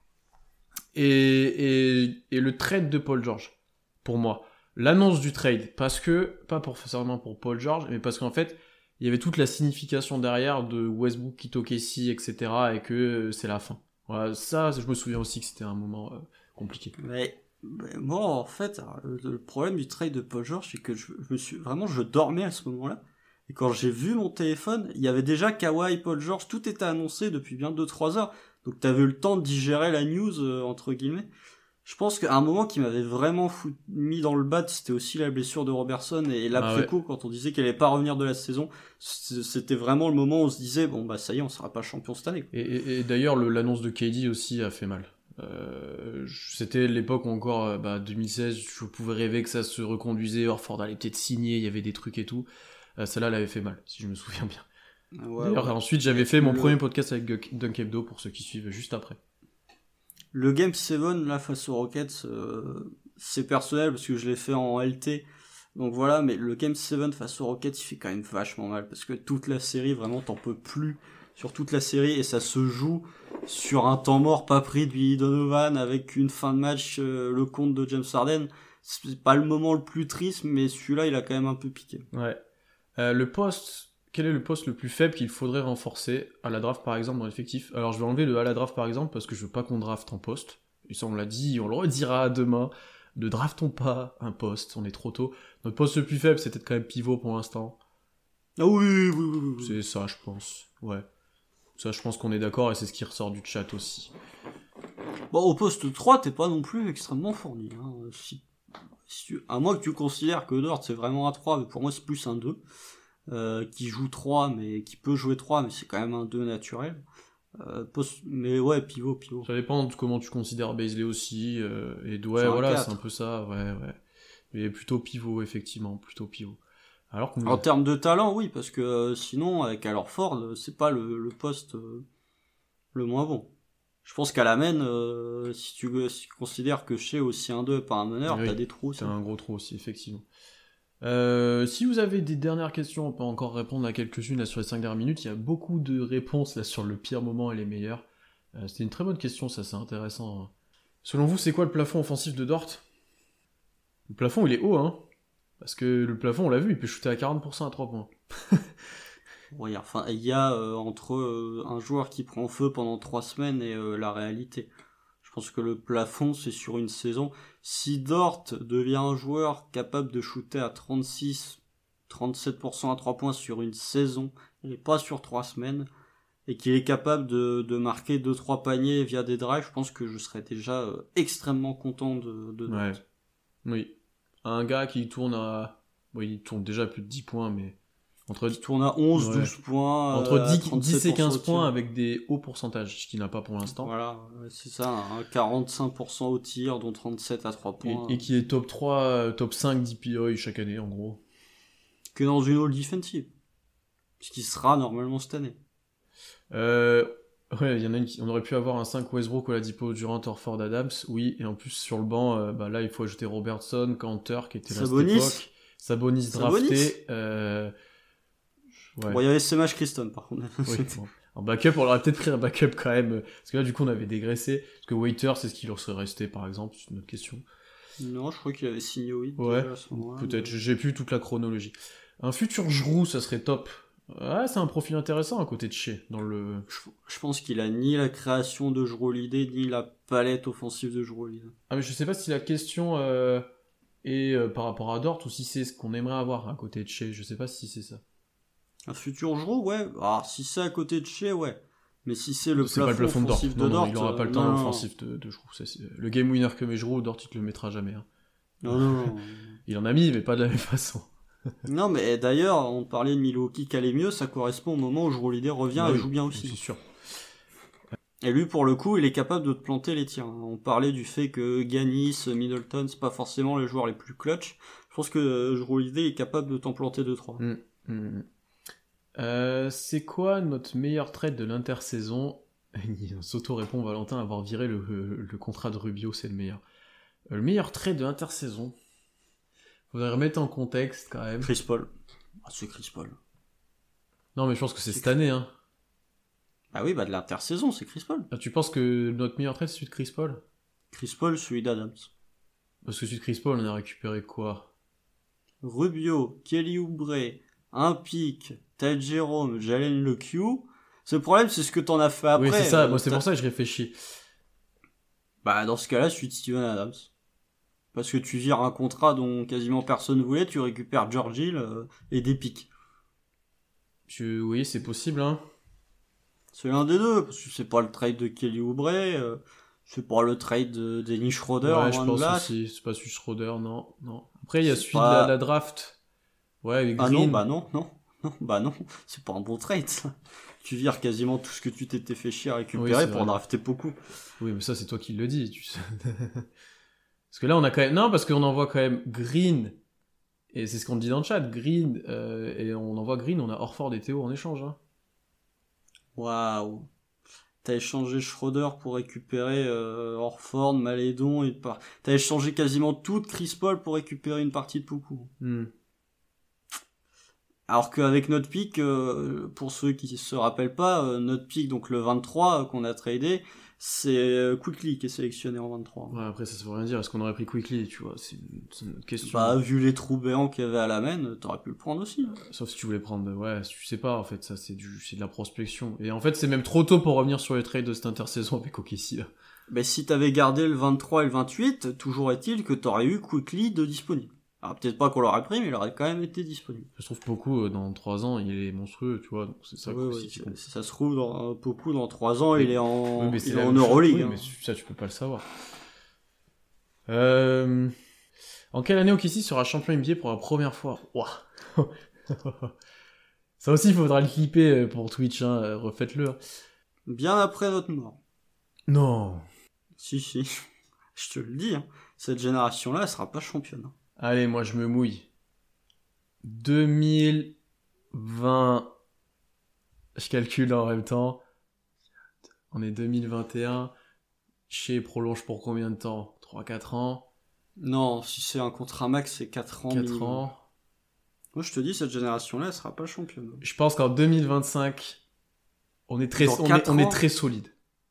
Et le trade de Paul George, pour moi. L'annonce du trade, pas forcément pour Paul George, mais parce qu'en fait, il y avait toute la signification derrière de Westbrook, quitte OKC, etc., et que c'est la fin. Voilà, ça, je me souviens aussi que c'était un moment compliqué. Mais moi, en fait, le problème du trade de Paul George, c'est que je dormais à ce moment-là. Et quand j'ai vu mon téléphone, il y avait déjà Kawhi, Paul George, tout était annoncé depuis bien 2-3 heures. Donc t'avais eu le temps de digérer la news, entre guillemets. Je pense qu'à un moment qui m'avait vraiment mis dans le bad, c'était aussi la blessure de Robertson et l'après-coup, quand on disait qu'elle allait pas revenir de la saison. C'était vraiment le moment où on se disait, bon bah ça y est, on sera pas champion cette année. Et d'ailleurs, l'annonce de KD aussi a fait mal. C'était l'époque où encore, 2016, je pouvais rêver que ça se reconduisait, Horford allait peut-être signer, il y avait des trucs et tout. Celle-là, elle avait fait mal, si je me souviens bien. Ouais, d'ailleurs, ensuite, j'avais fait mon premier podcast avec Dunk Hebdo, pour ceux qui suivent juste après. Le Game 7, là, face aux Rockets, c'est personnel, parce que je l'ai fait en LT. Donc voilà, mais le Game 7 face aux Rockets, il fait quand même vachement mal, parce que toute la série, vraiment, t'en peux plus sur toute la série, et ça se joue sur un temps mort pas pris de Billy Donovan, avec une fin de match, le compte de James Harden. C'est pas le moment le plus triste, mais celui-là, il a quand même un peu piqué. Ouais. Quel est le poste le plus faible qu'il faudrait renforcer à la draft par exemple dans l'effectif? Alors je vais enlever le à la draft par exemple parce que je veux pas qu'on draft en poste. Et ça on l'a dit, on le redira demain. Ne draftons pas un poste, on est trop tôt. Notre poste le plus faible c'est peut-être quand même pivot pour l'instant. Ah oui. C'est ça je pense, ouais. Ça je pense qu'on est d'accord et c'est ce qui ressort du chat aussi. Bon, au poste 3, t'es pas non plus extrêmement fourni. Hein. À moins que tu considères que Dort c'est vraiment un 3, mais pour moi c'est plus un 2. Qui joue 3, mais qui peut jouer 3, mais c'est quand même un 2 naturel. Mais ouais, pivot. Ça dépend de comment tu considères Bazley aussi. Et ouais, voilà, c'est un peu ça, ouais. Mais plutôt pivot, effectivement, plutôt pivot. Alors en termes de talent, oui, parce que sinon, avec Al Horford, c'est pas le poste le moins bon. Je pense qu'à la main, si tu considères que Shea aussi un 2 pas un meneur, oui, t'as des trous aussi. T'as un gros trou aussi, effectivement. Si vous avez des dernières questions, on peut encore répondre à quelques-unes là, sur les 5 dernières minutes. Il y a beaucoup de réponses là sur le pire moment et les meilleurs. C'était une très bonne question, ça, c'est intéressant. Selon vous, c'est quoi le plafond offensif de Dort? Le plafond, il est haut, hein. Parce que le plafond, on l'a vu, il peut shooter à 40% à 3 points. Oui, enfin, il y a entre un joueur qui prend feu pendant 3 semaines et la réalité. Je pense que le plafond, c'est sur une saison. Si Dort devient un joueur capable de shooter à 36-37% à 3 points sur une saison, et pas sur 3 semaines, et qu'il est capable de marquer 2-3 paniers via des drives, je pense que je serais déjà extrêmement content de Dort. Ouais. Oui. Un gars qui tourne à... Bon, il tourne déjà à plus de 10 points, mais... Il tourne à 11, ouais. 12 points. Entre 10 et 15 points avec des hauts pourcentages, ce qu'il n'a pas pour l'instant. Voilà, c'est ça, hein, 45% au tir, dont 37 à 3 points. Et qui est top 3, top 5 DPOI chaque année, en gros. Que dans une all defensive. Ce qui sera normalement cette année. Ouais, il y en a une on aurait pu avoir un 5 Westbrook, Oladipo, Durant, Horford, Adams, oui, et en plus sur le banc, là il faut ajouter Robertson, Kanter qui était là à cette époque. Sabonis drafté. Ouais. Bon, il y avait SMH Christon par contre. Oui, bon. En backup, on aurait peut-être pris un backup quand même, parce que là du coup on avait dégraissé. Parce que Waiter, c'est ce qui leur serait resté par exemple, c'est une autre question. Non, je crois qu'il avait signé oui. Ouais, peut-être, j'ai plus toute la chronologie. Un futur Jrou, ça serait top. Ouais, c'est un profil intéressant à côté de Shea dans le. Je pense qu'il a ni la création de Jrue Holiday, ni la palette offensive de Jrue Holiday. Ah mais je sais pas si la question est par rapport à Dort ou si c'est ce qu'on aimerait avoir à côté de Shea. Je sais pas si c'est ça. Un futur jour, ouais. Alors, si c'est à côté de chez, ouais. Mais si c'est le C'est pas le plafond de Dort. offensif Non, de Dort, il aura pas le temps offensif de Giroud. Le game winner que met Giroud, Dort, il te le mettra jamais. Hein. Non. Il en a mis, mais pas de la même façon. Non, mais d'ailleurs, on parlait de Milwaukee qui allait mieux, ça correspond au moment où Jrue Holiday revient et joue bien aussi. C'est sûr. Et lui, pour le coup, il est capable de te planter les tirs. On parlait du fait que Giannis, Middleton, c'est pas forcément les joueurs les plus clutch. Je pense que Jrue Holiday est capable de t'en planter 2-3. C'est quoi notre meilleur trade de l'intersaison? Il s'auto-répond Valentin, avoir viré le contrat de Rubio, c'est le meilleur. Le meilleur trade de l'intersaison. Faudrait remettre en contexte quand même. Chris Paul. Ah, c'est Chris Paul. Non, mais je pense que c'est cette année, hein. Ah oui, de l'intersaison, c'est Chris Paul. Ah, tu penses que notre meilleur trade, c'est celui de Chris Paul? Chris Paul, celui d'Adams. Parce que celui de Chris Paul, on a récupéré quoi? Rubio, Kelly Oubre, un pick, Ty Jerome, Jalen Lecque. Ce problème, c'est ce que t'en as fait après. Oui, c'est ça. Moi, c'est pour ça que je réfléchis. Dans ce cas-là, celui de Steven Adams. Parce que tu vires un contrat dont quasiment personne voulait, tu récupères George Hill et des pics. Oui, c'est possible, hein. C'est l'un des deux, parce que c'est pas le trade de Kelly Oubre, c'est pas le trade de Dennis Schroeder. Ouais, je pense aussi. C'est pas celui de Schroeder, non. Après, il y a celui de la draft. Ouais, avec Green. Non. C'est pas un bon trade, ça. Tu vires quasiment tout ce que tu t'étais fait chier à récupérer pour drafter beaucoup. Oui, mais ça, c'est toi qui le dis, tu sais. Parce que là, on a quand même... Non, parce qu'on envoie quand même Green, et c'est ce qu'on dit dans le chat, Green, et on envoie Green, on a Horford et Théo en échange. Hein. Waouh. T'as échangé Schroeder pour récupérer Horford, Malédon, et t'as échangé quasiment tout de Chris Paul pour récupérer une partie de Poku. Alors qu'avec notre pick, pour ceux qui se rappellent pas, notre pick, donc le 23 qu'on a tradé, c'est Quickly qui est sélectionné en 23. Ouais, après ça veut rien dire, est-ce qu'on aurait pris Quickly, tu vois, c'est une question. Vu les trous béants qu'il y avait à la main, t'aurais pu le prendre aussi. Hein. Sauf si tu voulais prendre, ouais, tu sais pas, en fait, ça c'est de la prospection. Et en fait, c'est même trop tôt pour revenir sur les trades de cette intersaison avec OKC, là. Si t'avais gardé le 23 et le 28, toujours est-il que t'aurais eu Quickly de disponible. Alors peut-être pas qu'on l'aurait pris, mais il aurait quand même été disponible. Je trouve beaucoup dans 3 ans, il est monstrueux, tu vois, donc c'est ça. Ça se trouve beaucoup dans 3 ans, il est en Euroleague. Oui, hein. mais ça tu peux pas le savoir. En quelle année OKC sera champion NBA pour la première fois? Wow. Ça aussi, il faudra le clipper pour Twitch, hein, refaites-le. Bien après notre mort. Non. Si, je te le dis, hein. Cette génération-là, elle sera pas championne. Allez, moi je me mouille. 2020. Je calcule en même temps. On est 2021. Chez prolonge pour combien de temps? 3-4 ans? Non, si c'est un contrat max, c'est 4 ans. 4 ans. Moi je te dis, cette génération-là, elle sera pas championne. Je pense qu'en 2025, on est très solide.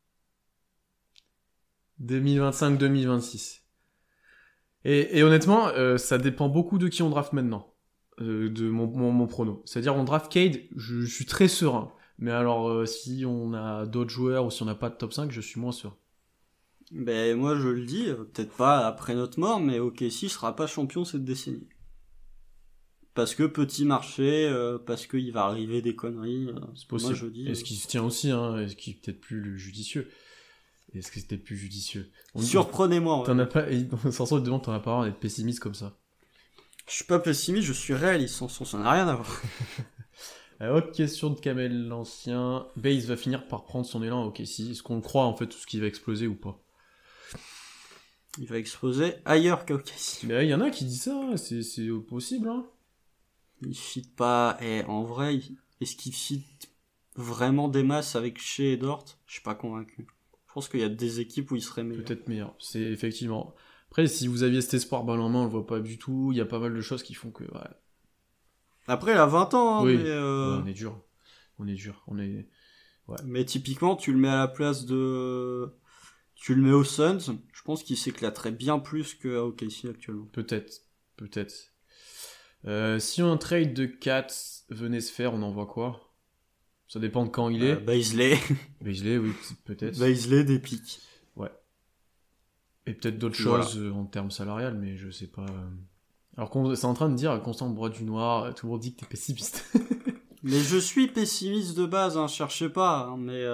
2025-2026. Et honnêtement, ça dépend beaucoup de qui on draft maintenant, de mon prono. C'est-à-dire, on draft Cade, je suis très serein. Mais alors, si on a d'autres joueurs ou si on n'a pas de top 5, je suis moins sûr. Moi, je le dis, peut-être pas après notre mort, mais OKC sera pas champion cette décennie. Parce que petit marché, parce qu'il va arriver des conneries. C'est possible. Moi, je dis, et ce qui se tient aussi, hein, et ce qui est peut-être plus judicieux. Est-ce que c'était plus judicieux? Surprenez-moi. T'en as pas, Sanson te demande, t'en as pas l'air d'être pessimiste comme ça. Je suis pas pessimiste, je suis réaliste, Sanson, ça n'a rien à voir. Autre question de Kamel l'Ancien. Base va finir par prendre son élan à OKC. Est-ce qu'on croit en fait tout ce qui va exploser ou pas? Il va exploser ailleurs qu'à OKC. Mais il y en a qui disent ça, hein. C'est possible, hein. Il fit pas, en vrai, est-ce qu'il fit vraiment des masses avec Shea et Dort? Je suis pas convaincu. Je pense qu'il y a des équipes où il serait meilleur. Peut-être meilleur, c'est effectivement. Après, si vous aviez cet espoir balle en main, on le voit pas du tout. Il y a pas mal de choses qui font que. Ouais. Après, il a 20 ans, hein, oui. mais. Ouais, on est dur. Ouais. Mais typiquement, tu le mets à la place de. Tu le mets aux Suns, je pense qu'il s'éclaterait bien plus qu'à OKC actuellement. Peut-être. Si un trade de 4 venait se faire, on envoie quoi? Ça dépend de quand il est. Baisley, oui, peut-être. Baisley, des pics. Ouais. Et peut-être d'autres choses en termes salariales, mais je sais pas. Alors c'est en train de dire, Constant Broie du Noir, tout le monde dit que t'es pessimiste. Mais je suis pessimiste de base, hein, cherchez pas, hein, mais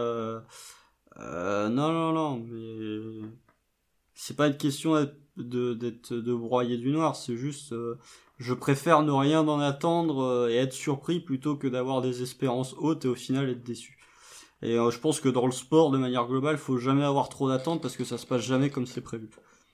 non, mais c'est pas une question de broyer du noir, c'est juste je préfère ne rien en attendre et être surpris plutôt que d'avoir des espérances hautes et au final être déçu. Et je pense que dans le sport, de manière globale, faut jamais avoir trop d'attentes parce que ça se passe jamais comme c'est prévu.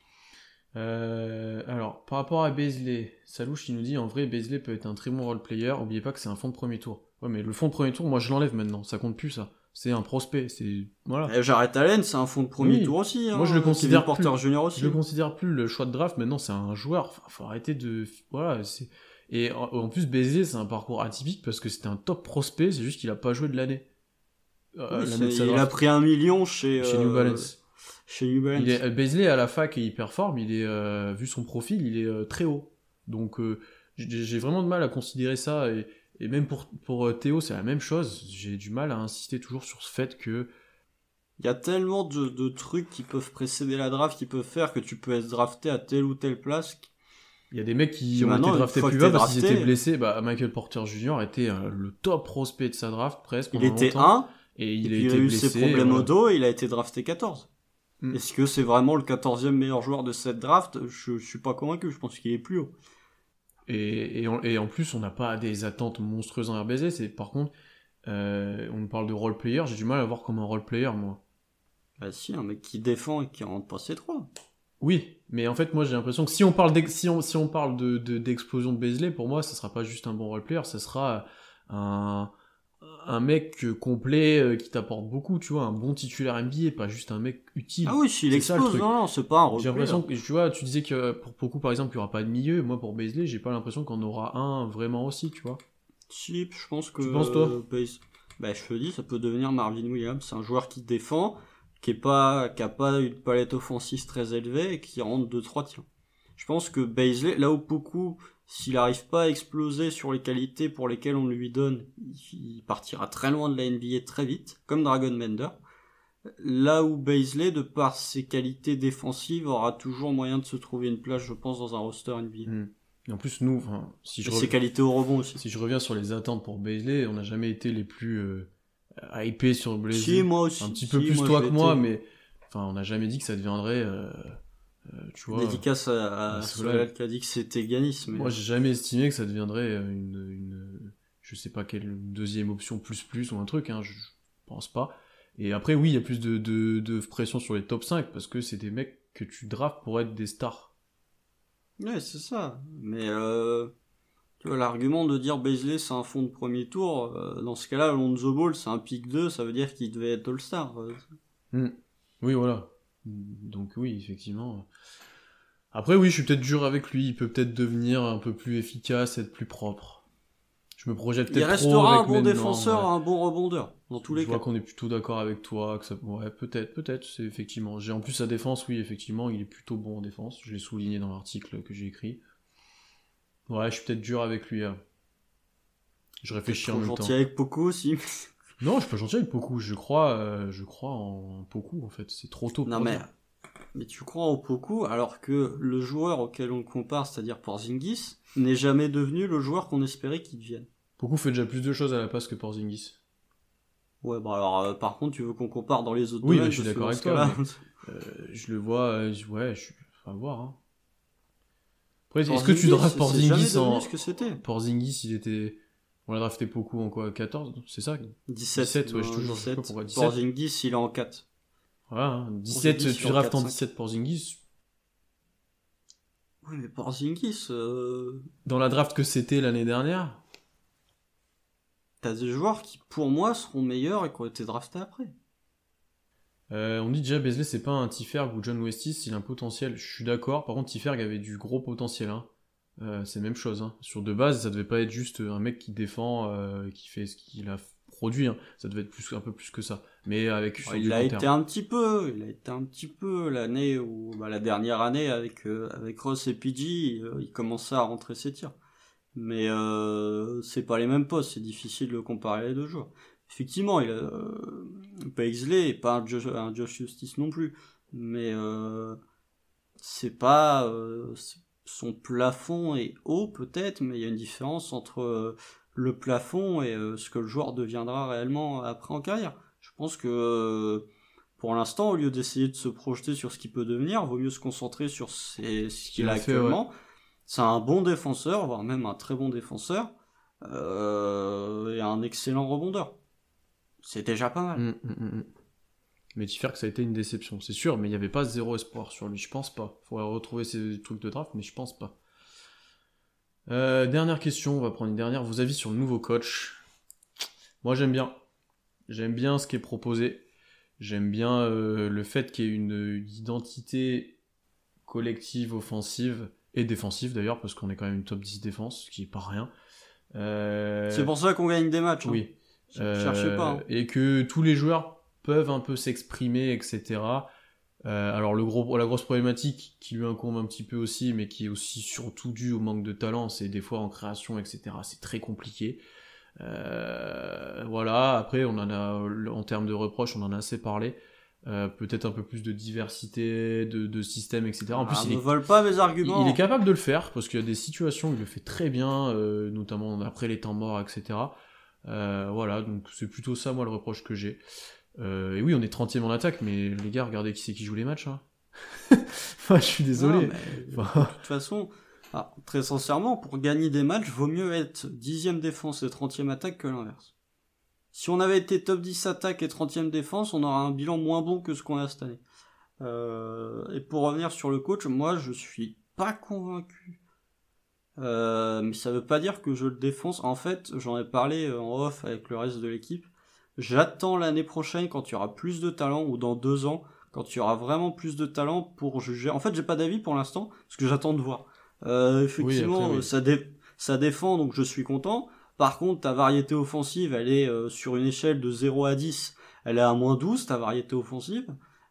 Alors, par rapport à Beasley, Salouche il nous dit en vrai Beasley peut être un très bon role player, oubliez pas que c'est un fond de premier tour. Ouais, mais le fond de premier tour, moi je l'enlève maintenant, ça compte plus ça. C'est un prospect, c'est voilà. Et Jarrett Allen, c'est un fond de premier Oui. tour aussi. Hein. Moi je le considère Kevin Porter plus. Jr. aussi. Je le considère plus le choix de draft. Maintenant c'est un joueur. Enfin, faut arrêter de voilà. Et en plus Beasley c'est un parcours atypique parce que c'était un top prospect. C'est juste qu'il a pas joué de l'année. Oui, il a pris 1 million chez New Balance. Chez New Balance. Beasley à la fac il performe. Il est vu son profil il est très haut. Donc j'ai vraiment de mal à considérer ça et même pour Théo c'est la même chose. J'ai du mal à insister toujours sur ce fait que il y a tellement de trucs qui peuvent précéder la draft, qui peuvent faire que tu peux être drafté à telle ou telle place. Il y a des mecs qui ont été draftés plus bas parce qu'ils étaient blessés. Bah, Michael Porter Jr. était le top prospect de sa draft presque. Il était longtemps, 1 et il a eu ses problèmes au dos et il a été drafté 14. Est-ce que c'est vraiment le 14e meilleur joueur de cette draft ? Je suis pas convaincu, je pense qu'il est plus haut. Et en plus, on n'a pas des attentes monstrueuses en RBZ. C'est, par contre, on nous parle de role player, j'ai du mal à voir comme un role player, moi. Bah si, un mec qui défend et qui rentre pas ses 3. Oui, mais en fait, moi j'ai l'impression que si on parle d'explosion de Beasley, pour moi, ça sera pas juste un bon role player, ça sera un mec complet qui t'apporte beaucoup, tu vois, un bon titulaire NBA, pas juste un mec utile. Ah oui, s'il explose, non, c'est pas un role player. J'ai l'impression que, tu vois, tu disais que pour Poku, par exemple, il y aura pas de milieu. Moi, pour Beasley, j'ai pas l'impression qu'on aura un vraiment aussi, tu vois. Si, je pense que... Tu penses, toi ? Bah, je te dis, ça peut devenir Marvin Williams. C'est un joueur qui défend, qui a pas une palette offensive très élevée et qui rentre 2-3 tirs. Je pense que Beasley, là où Poku, s'il n'arrive pas à exploser sur les qualités pour lesquelles on lui donne, il partira très loin de la NBA très vite, comme Dragon Bender. Là où Beasley, de par ses qualités défensives, aura toujours moyen de se trouver une place, je pense, dans un roster NBA. Et en plus, nous, ses qualités au rebond aussi. Si je reviens sur les attentes pour Beasley, on n'a jamais été les plus hypés sur Beasley. Si, moi aussi. Un petit peu plus toi que moi, mais on n'a jamais dit que ça deviendrait... tu vois, dédicace à Solal qui a dit que c'était Ganis. Mais... Moi, j'ai jamais estimé que ça deviendrait je sais pas quelle deuxième option plus ou un truc, hein, je pense pas. Et après, oui, il y a plus de pression sur les top 5 parce que c'est des mecs que tu drafts pour être des stars. Ouais, c'est ça. Mais tu vois, l'argument de dire Beasley c'est un fond de premier tour, dans ce cas-là, Lonzo Ball c'est un pick 2, ça veut dire qu'il devait être All-Star. Oui, voilà. Donc oui, effectivement. Après, oui, je suis peut-être dur avec lui. Il peut peut-être devenir un peu plus efficace, être plus propre. Je me projette peut-être trop avec Il restera un bon défenseur, un bon rebondeur, dans tous les cas. Je vois qu'on est plutôt d'accord avec toi. Que ça... Ouais, peut-être, c'est effectivement. En plus, sa défense, oui, effectivement, il est plutôt bon en défense. Je l'ai souligné dans l'article que j'ai écrit. Ouais, je suis peut-être dur avec lui. Hein. Je réfléchis en même temps. Gentil avec Poku aussi. Non, je suis pas gentil avec Poku. Je crois en Poku, en fait. C'est trop tôt. Non, mais tu crois en Poku alors que le joueur auquel on le compare, c'est-à-dire Porzingis, n'est jamais devenu le joueur qu'on espérait qu'il devienne. Poku fait déjà plus de choses à la passe que Porzingis. Ouais, bah alors, par contre, tu veux qu'on compare dans les autres domaines. Oui, je suis d'accord avec toi. Mais, je le vois, on va voir. Hein. Après, est-ce que tu draftes Porzingis en... ce que c'était. Porzingis, il était... On l'a drafté Poku en quoi 14 C'est ça 17, ouais, je toujours 17. Pourquoi 17. Porzingis, il est en 4. Voilà, hein. 17, Porzingis, tu draftes en 17 Porzingis. Oui, mais Porzingis... Dans la draft que c'était l'année dernière, t'as des joueurs qui, pour moi, seront meilleurs et qui ont été draftés après. On dit déjà Beasley, c'est pas un T-Ferg ou John Westis, il a un potentiel. Je suis d'accord. Par contre, T-Ferg avait du gros potentiel. Hein. C'est la même chose. Hein. Sur de base, ça devait pas être juste un mec qui défend, qui fait ce qu'il a produit. Hein. Ça devait être un peu plus que ça. Mais avec il a été un petit peu l'année où, la dernière année avec Ross et PG, il commençait à rentrer ses tirs. Mais c'est pas les mêmes postes, c'est difficile de comparer les deux joueurs. Effectivement, Beasley est pas un Josh Justice non plus, mais c'est pas son plafond est haut peut-être, mais il y a une différence entre le plafond et ce que le joueur deviendra réellement après en carrière. Je pense que pour l'instant, au lieu d'essayer de se projeter sur ce qu'il peut devenir, vaut mieux se concentrer sur ce qu'il a actuellement. Ouais. C'est un bon défenseur, voire même un très bon défenseur, et un excellent rebondeur. C'est déjà pas mal. Mais tu fais que ça a été une déception, c'est sûr, mais il n'y avait pas zéro espoir sur lui, je pense pas. Il faudrait retrouver ces trucs de draft, mais je pense pas. Dernière question, on va prendre une dernière. Vos avis sur le nouveau coach? Moi j'aime bien. J'aime bien ce qui est proposé. J'aime bien le fait qu'il y ait une identité collective, offensive et défensive d'ailleurs, parce qu'on est quand même une top 10 défense, ce qui est pas rien. C'est pour ça qu'on gagne des matchs. Oui. Cherchez pas. Hein. Et que tous les joueurs peuvent un peu s'exprimer, etc. Alors la grosse problématique qui lui incombe un petit peu aussi, mais qui est aussi surtout due au manque de talent, c'est des fois en création, etc. C'est très compliqué. Voilà, après on en a, en termes de reproches, on en a assez parlé. Peut-être un peu plus de diversité, de système, etc. En plus, ne vole pas mes arguments. Il est capable de le faire, parce qu'il y a des situations où il le fait très bien, notamment après les temps morts, etc. Voilà, donc c'est plutôt ça, moi, le reproche que j'ai. Et oui, on est 30e en attaque, mais les gars, regardez qui c'est qui joue les matchs. Hein. Enfin, je suis désolé. Non, mais, de toute façon, très sincèrement, pour gagner des matchs, vaut mieux être 10e défense et 30e attaque que l'inverse. Si on avait été top 10 attaque et 30e défense, on aurait un bilan moins bon que ce qu'on a cette année. Et pour revenir sur le coach, moi, je suis pas convaincu. Mais ça veut pas dire que je le défonce. En fait, j'en ai parlé en off avec le reste de l'équipe. J'attends l'année prochaine quand il y aura plus de talent, ou dans 2 ans, quand il y aura vraiment plus de talent pour juger. En fait, j'ai pas d'avis pour l'instant, parce que j'attends de voir. Effectivement, oui, après, oui. Ça défend, donc je suis content. Par contre, ta variété offensive, elle est sur une échelle de 0 à 10, elle est à moins 12, ta variété offensive.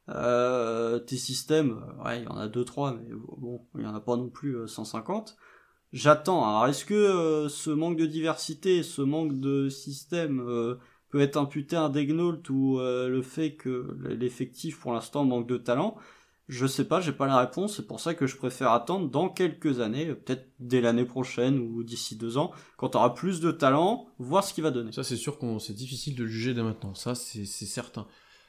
Tes systèmes, ouais, il y en a 2-3, mais bon, il y en a pas non plus 150. J'attends. Alors, est-ce que ce manque de diversité, ce manque de système peut être imputé à un Daignault ou le fait que l'effectif, pour l'instant, manque de talent? Je sais pas, j'ai pas la réponse, c'est pour ça que je préfère attendre dans quelques années, peut-être dès l'année prochaine ou d'ici 2 ans, quand tu auras plus de talent, voir ce qu'il va donner. Ça, c'est sûr que c'est difficile de le juger dès maintenant, ça, c'est certain.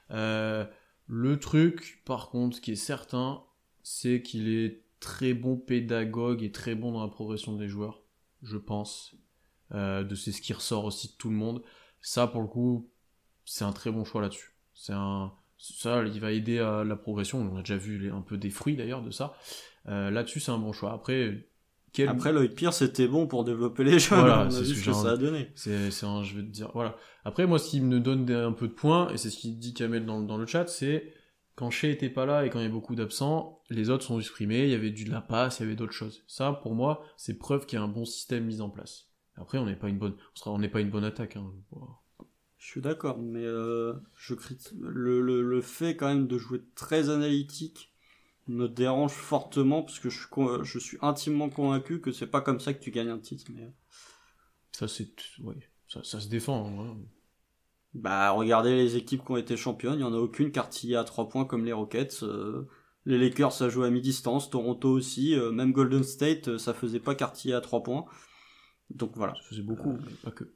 Le truc, par contre, qui est certain, c'est qu'il est très bon pédagogue et très bon dans la progression des joueurs, je pense. C'est ce qui ressort aussi de tout le monde. Ça, pour le coup, c'est un très bon choix là-dessus. Ça, il va aider à la progression. On a déjà vu un peu des fruits d'ailleurs de ça. Là-dessus, c'est un bon choix. Après, Lloyd Pierce, c'était bon pour développer les jeunes. Voilà, c'est ce que ça a donné. Je vais te dire. Voilà. Après, moi, ce qui me donne un peu de points, et c'est ce qu'il dit Kamel dans le chat, c'est quand Shea était pas là et quand il y a beaucoup d'absents, les autres sont exprimés. Il y avait de la passe, il y avait d'autres choses. Ça, pour moi, c'est preuve qu'il y a un bon système mis en place. Après, on n'est pas une bonne attaque. Hein. Je suis d'accord, mais je critique le fait quand même de jouer très analytique me dérange fortement parce que je suis intimement convaincu que c'est pas comme ça que tu gagnes un titre. Mais ça se défend. Hein. Bah regardez les équipes qui ont été championnes, il y en a aucune qui artillait à 3 points comme les Rockets. Les Lakers ça joue à mi-distance, Toronto aussi, même Golden State ça faisait pas qu'artiller à 3 points. Donc voilà. Ça faisait beaucoup, mais pas que.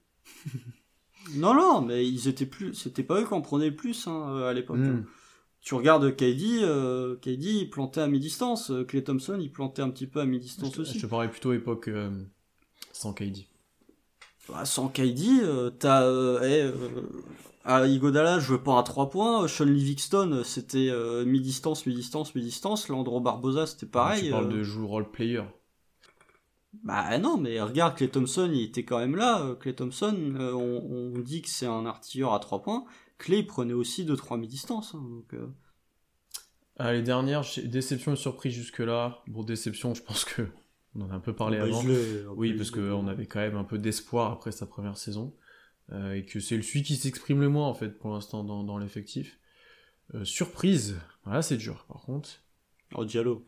Non, mais c'était pas eux qui en prenaient le plus à l'époque. Tu regardes KD, il plantait à mi-distance. Klay Thompson, il plantait un petit peu à mi-distance aussi. Je te parlais plutôt époque sans KD. Bah, sans KD, à Iguodala, je jouais pas à 3 points. Sean Livingston, c'était mi-distance. Leandro Barbosa, c'était pareil. Tu parles de jouer role player. Bah non, mais regarde, Klay Thompson, il était quand même là. Klay Thompson, on dit que c'est un artilleur à 3 points. Klay, il prenait aussi 2-3 mi-distance. Donc, les dernières, déception et surprise jusque-là. Bon, déception, je pense que on en a un peu parlé avant. Oui, parce qu'on avait quand même un peu d'espoir après sa première saison. Et que c'est celui qui s'exprime le moins, en fait, pour l'instant, dans l'effectif. Surprise, voilà, c'est dur, par contre. Oh, Diallo,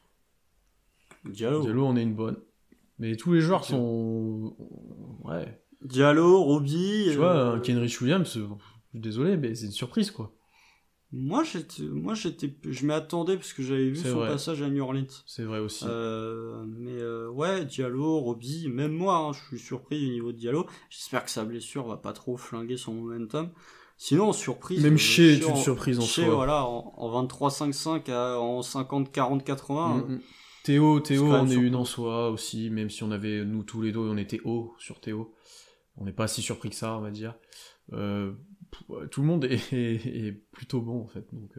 on est une bonne. Mais tous les joueurs sont... Ouais. Diallo, Roby... Tu vois, Kenrich Williams, je suis désolé, mais c'est une surprise, quoi. Je m'y attendais parce que j'avais vu son passage à New Orleans. C'est vrai aussi. Ouais, Diallo, Roby, même moi, hein, je suis surpris du niveau de Diallo. J'espère que sa blessure va pas trop flinguer son momentum. Sinon, en surprise. Même Shea est une surprise en soi. Shea, voilà, en 23-5-5 en 50-40-80. Théo en est une en soi aussi, même si on avait, nous tous les deux, on était haut sur Théo. On n'est pas si surpris que ça, on va dire. Tout le monde est plutôt bon en fait, donc.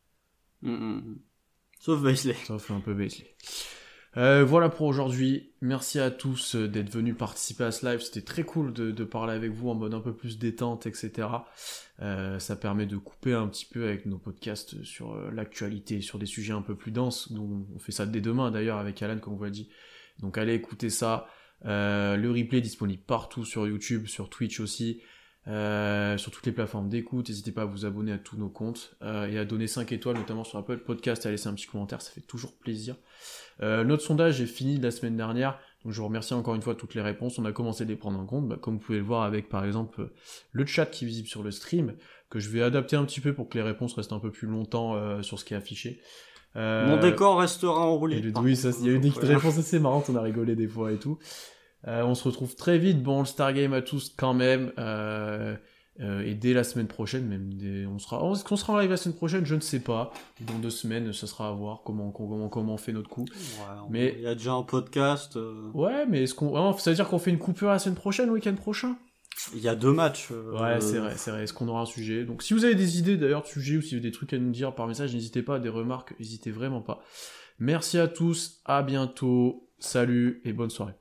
Sauf Bazley. Sauf un peu Bazley. Voilà pour aujourd'hui. Merci à tous d'être venus participer à ce live. C'était très cool de parler avec vous en mode un peu plus détente, etc. Ça permet de couper un petit peu avec nos podcasts sur l'actualité, sur des sujets un peu plus denses. Donc on fait ça dès demain d'ailleurs avec Alan, comme on vous l'a dit. Donc allez écouter ça. Le replay est disponible partout sur YouTube, sur Twitch aussi. Sur toutes les plateformes d'écoute, n'hésitez pas à vous abonner à tous nos comptes et à donner 5 étoiles notamment sur Apple Podcast et à laisser un petit commentaire, ça fait toujours plaisir. Notre sondage est fini la semaine dernière, donc je vous remercie encore une fois de toutes les réponses, on a commencé à les prendre en compte, comme vous pouvez le voir avec par exemple le chat qui est visible sur le stream, que je vais adapter un petit peu pour que les réponses restent un peu plus longtemps sur ce qui est affiché. Mon décor restera enroulé. Oui, il y a eu des réponses assez marrantes, on a rigolé des fois et tout. On se retrouve très vite, bon All-Star Game à tous quand même, et dès la semaine prochaine, est-ce qu'on sera en live la semaine prochaine, je ne sais pas, dans 2 semaines, ça sera à voir comment on fait notre coup. Ouais, mais il y a déjà un podcast. Ouais, mais ça veut dire qu'on fait une coupure la semaine prochaine, le week-end prochain? Il y a 2 matchs. Ouais, c'est vrai, est-ce qu'on aura un sujet? Donc si vous avez des idées d'ailleurs de sujets, ou si vous avez des trucs à nous dire par message, n'hésitez pas, des remarques, n'hésitez vraiment pas. Merci à tous, à bientôt, salut et bonne soirée.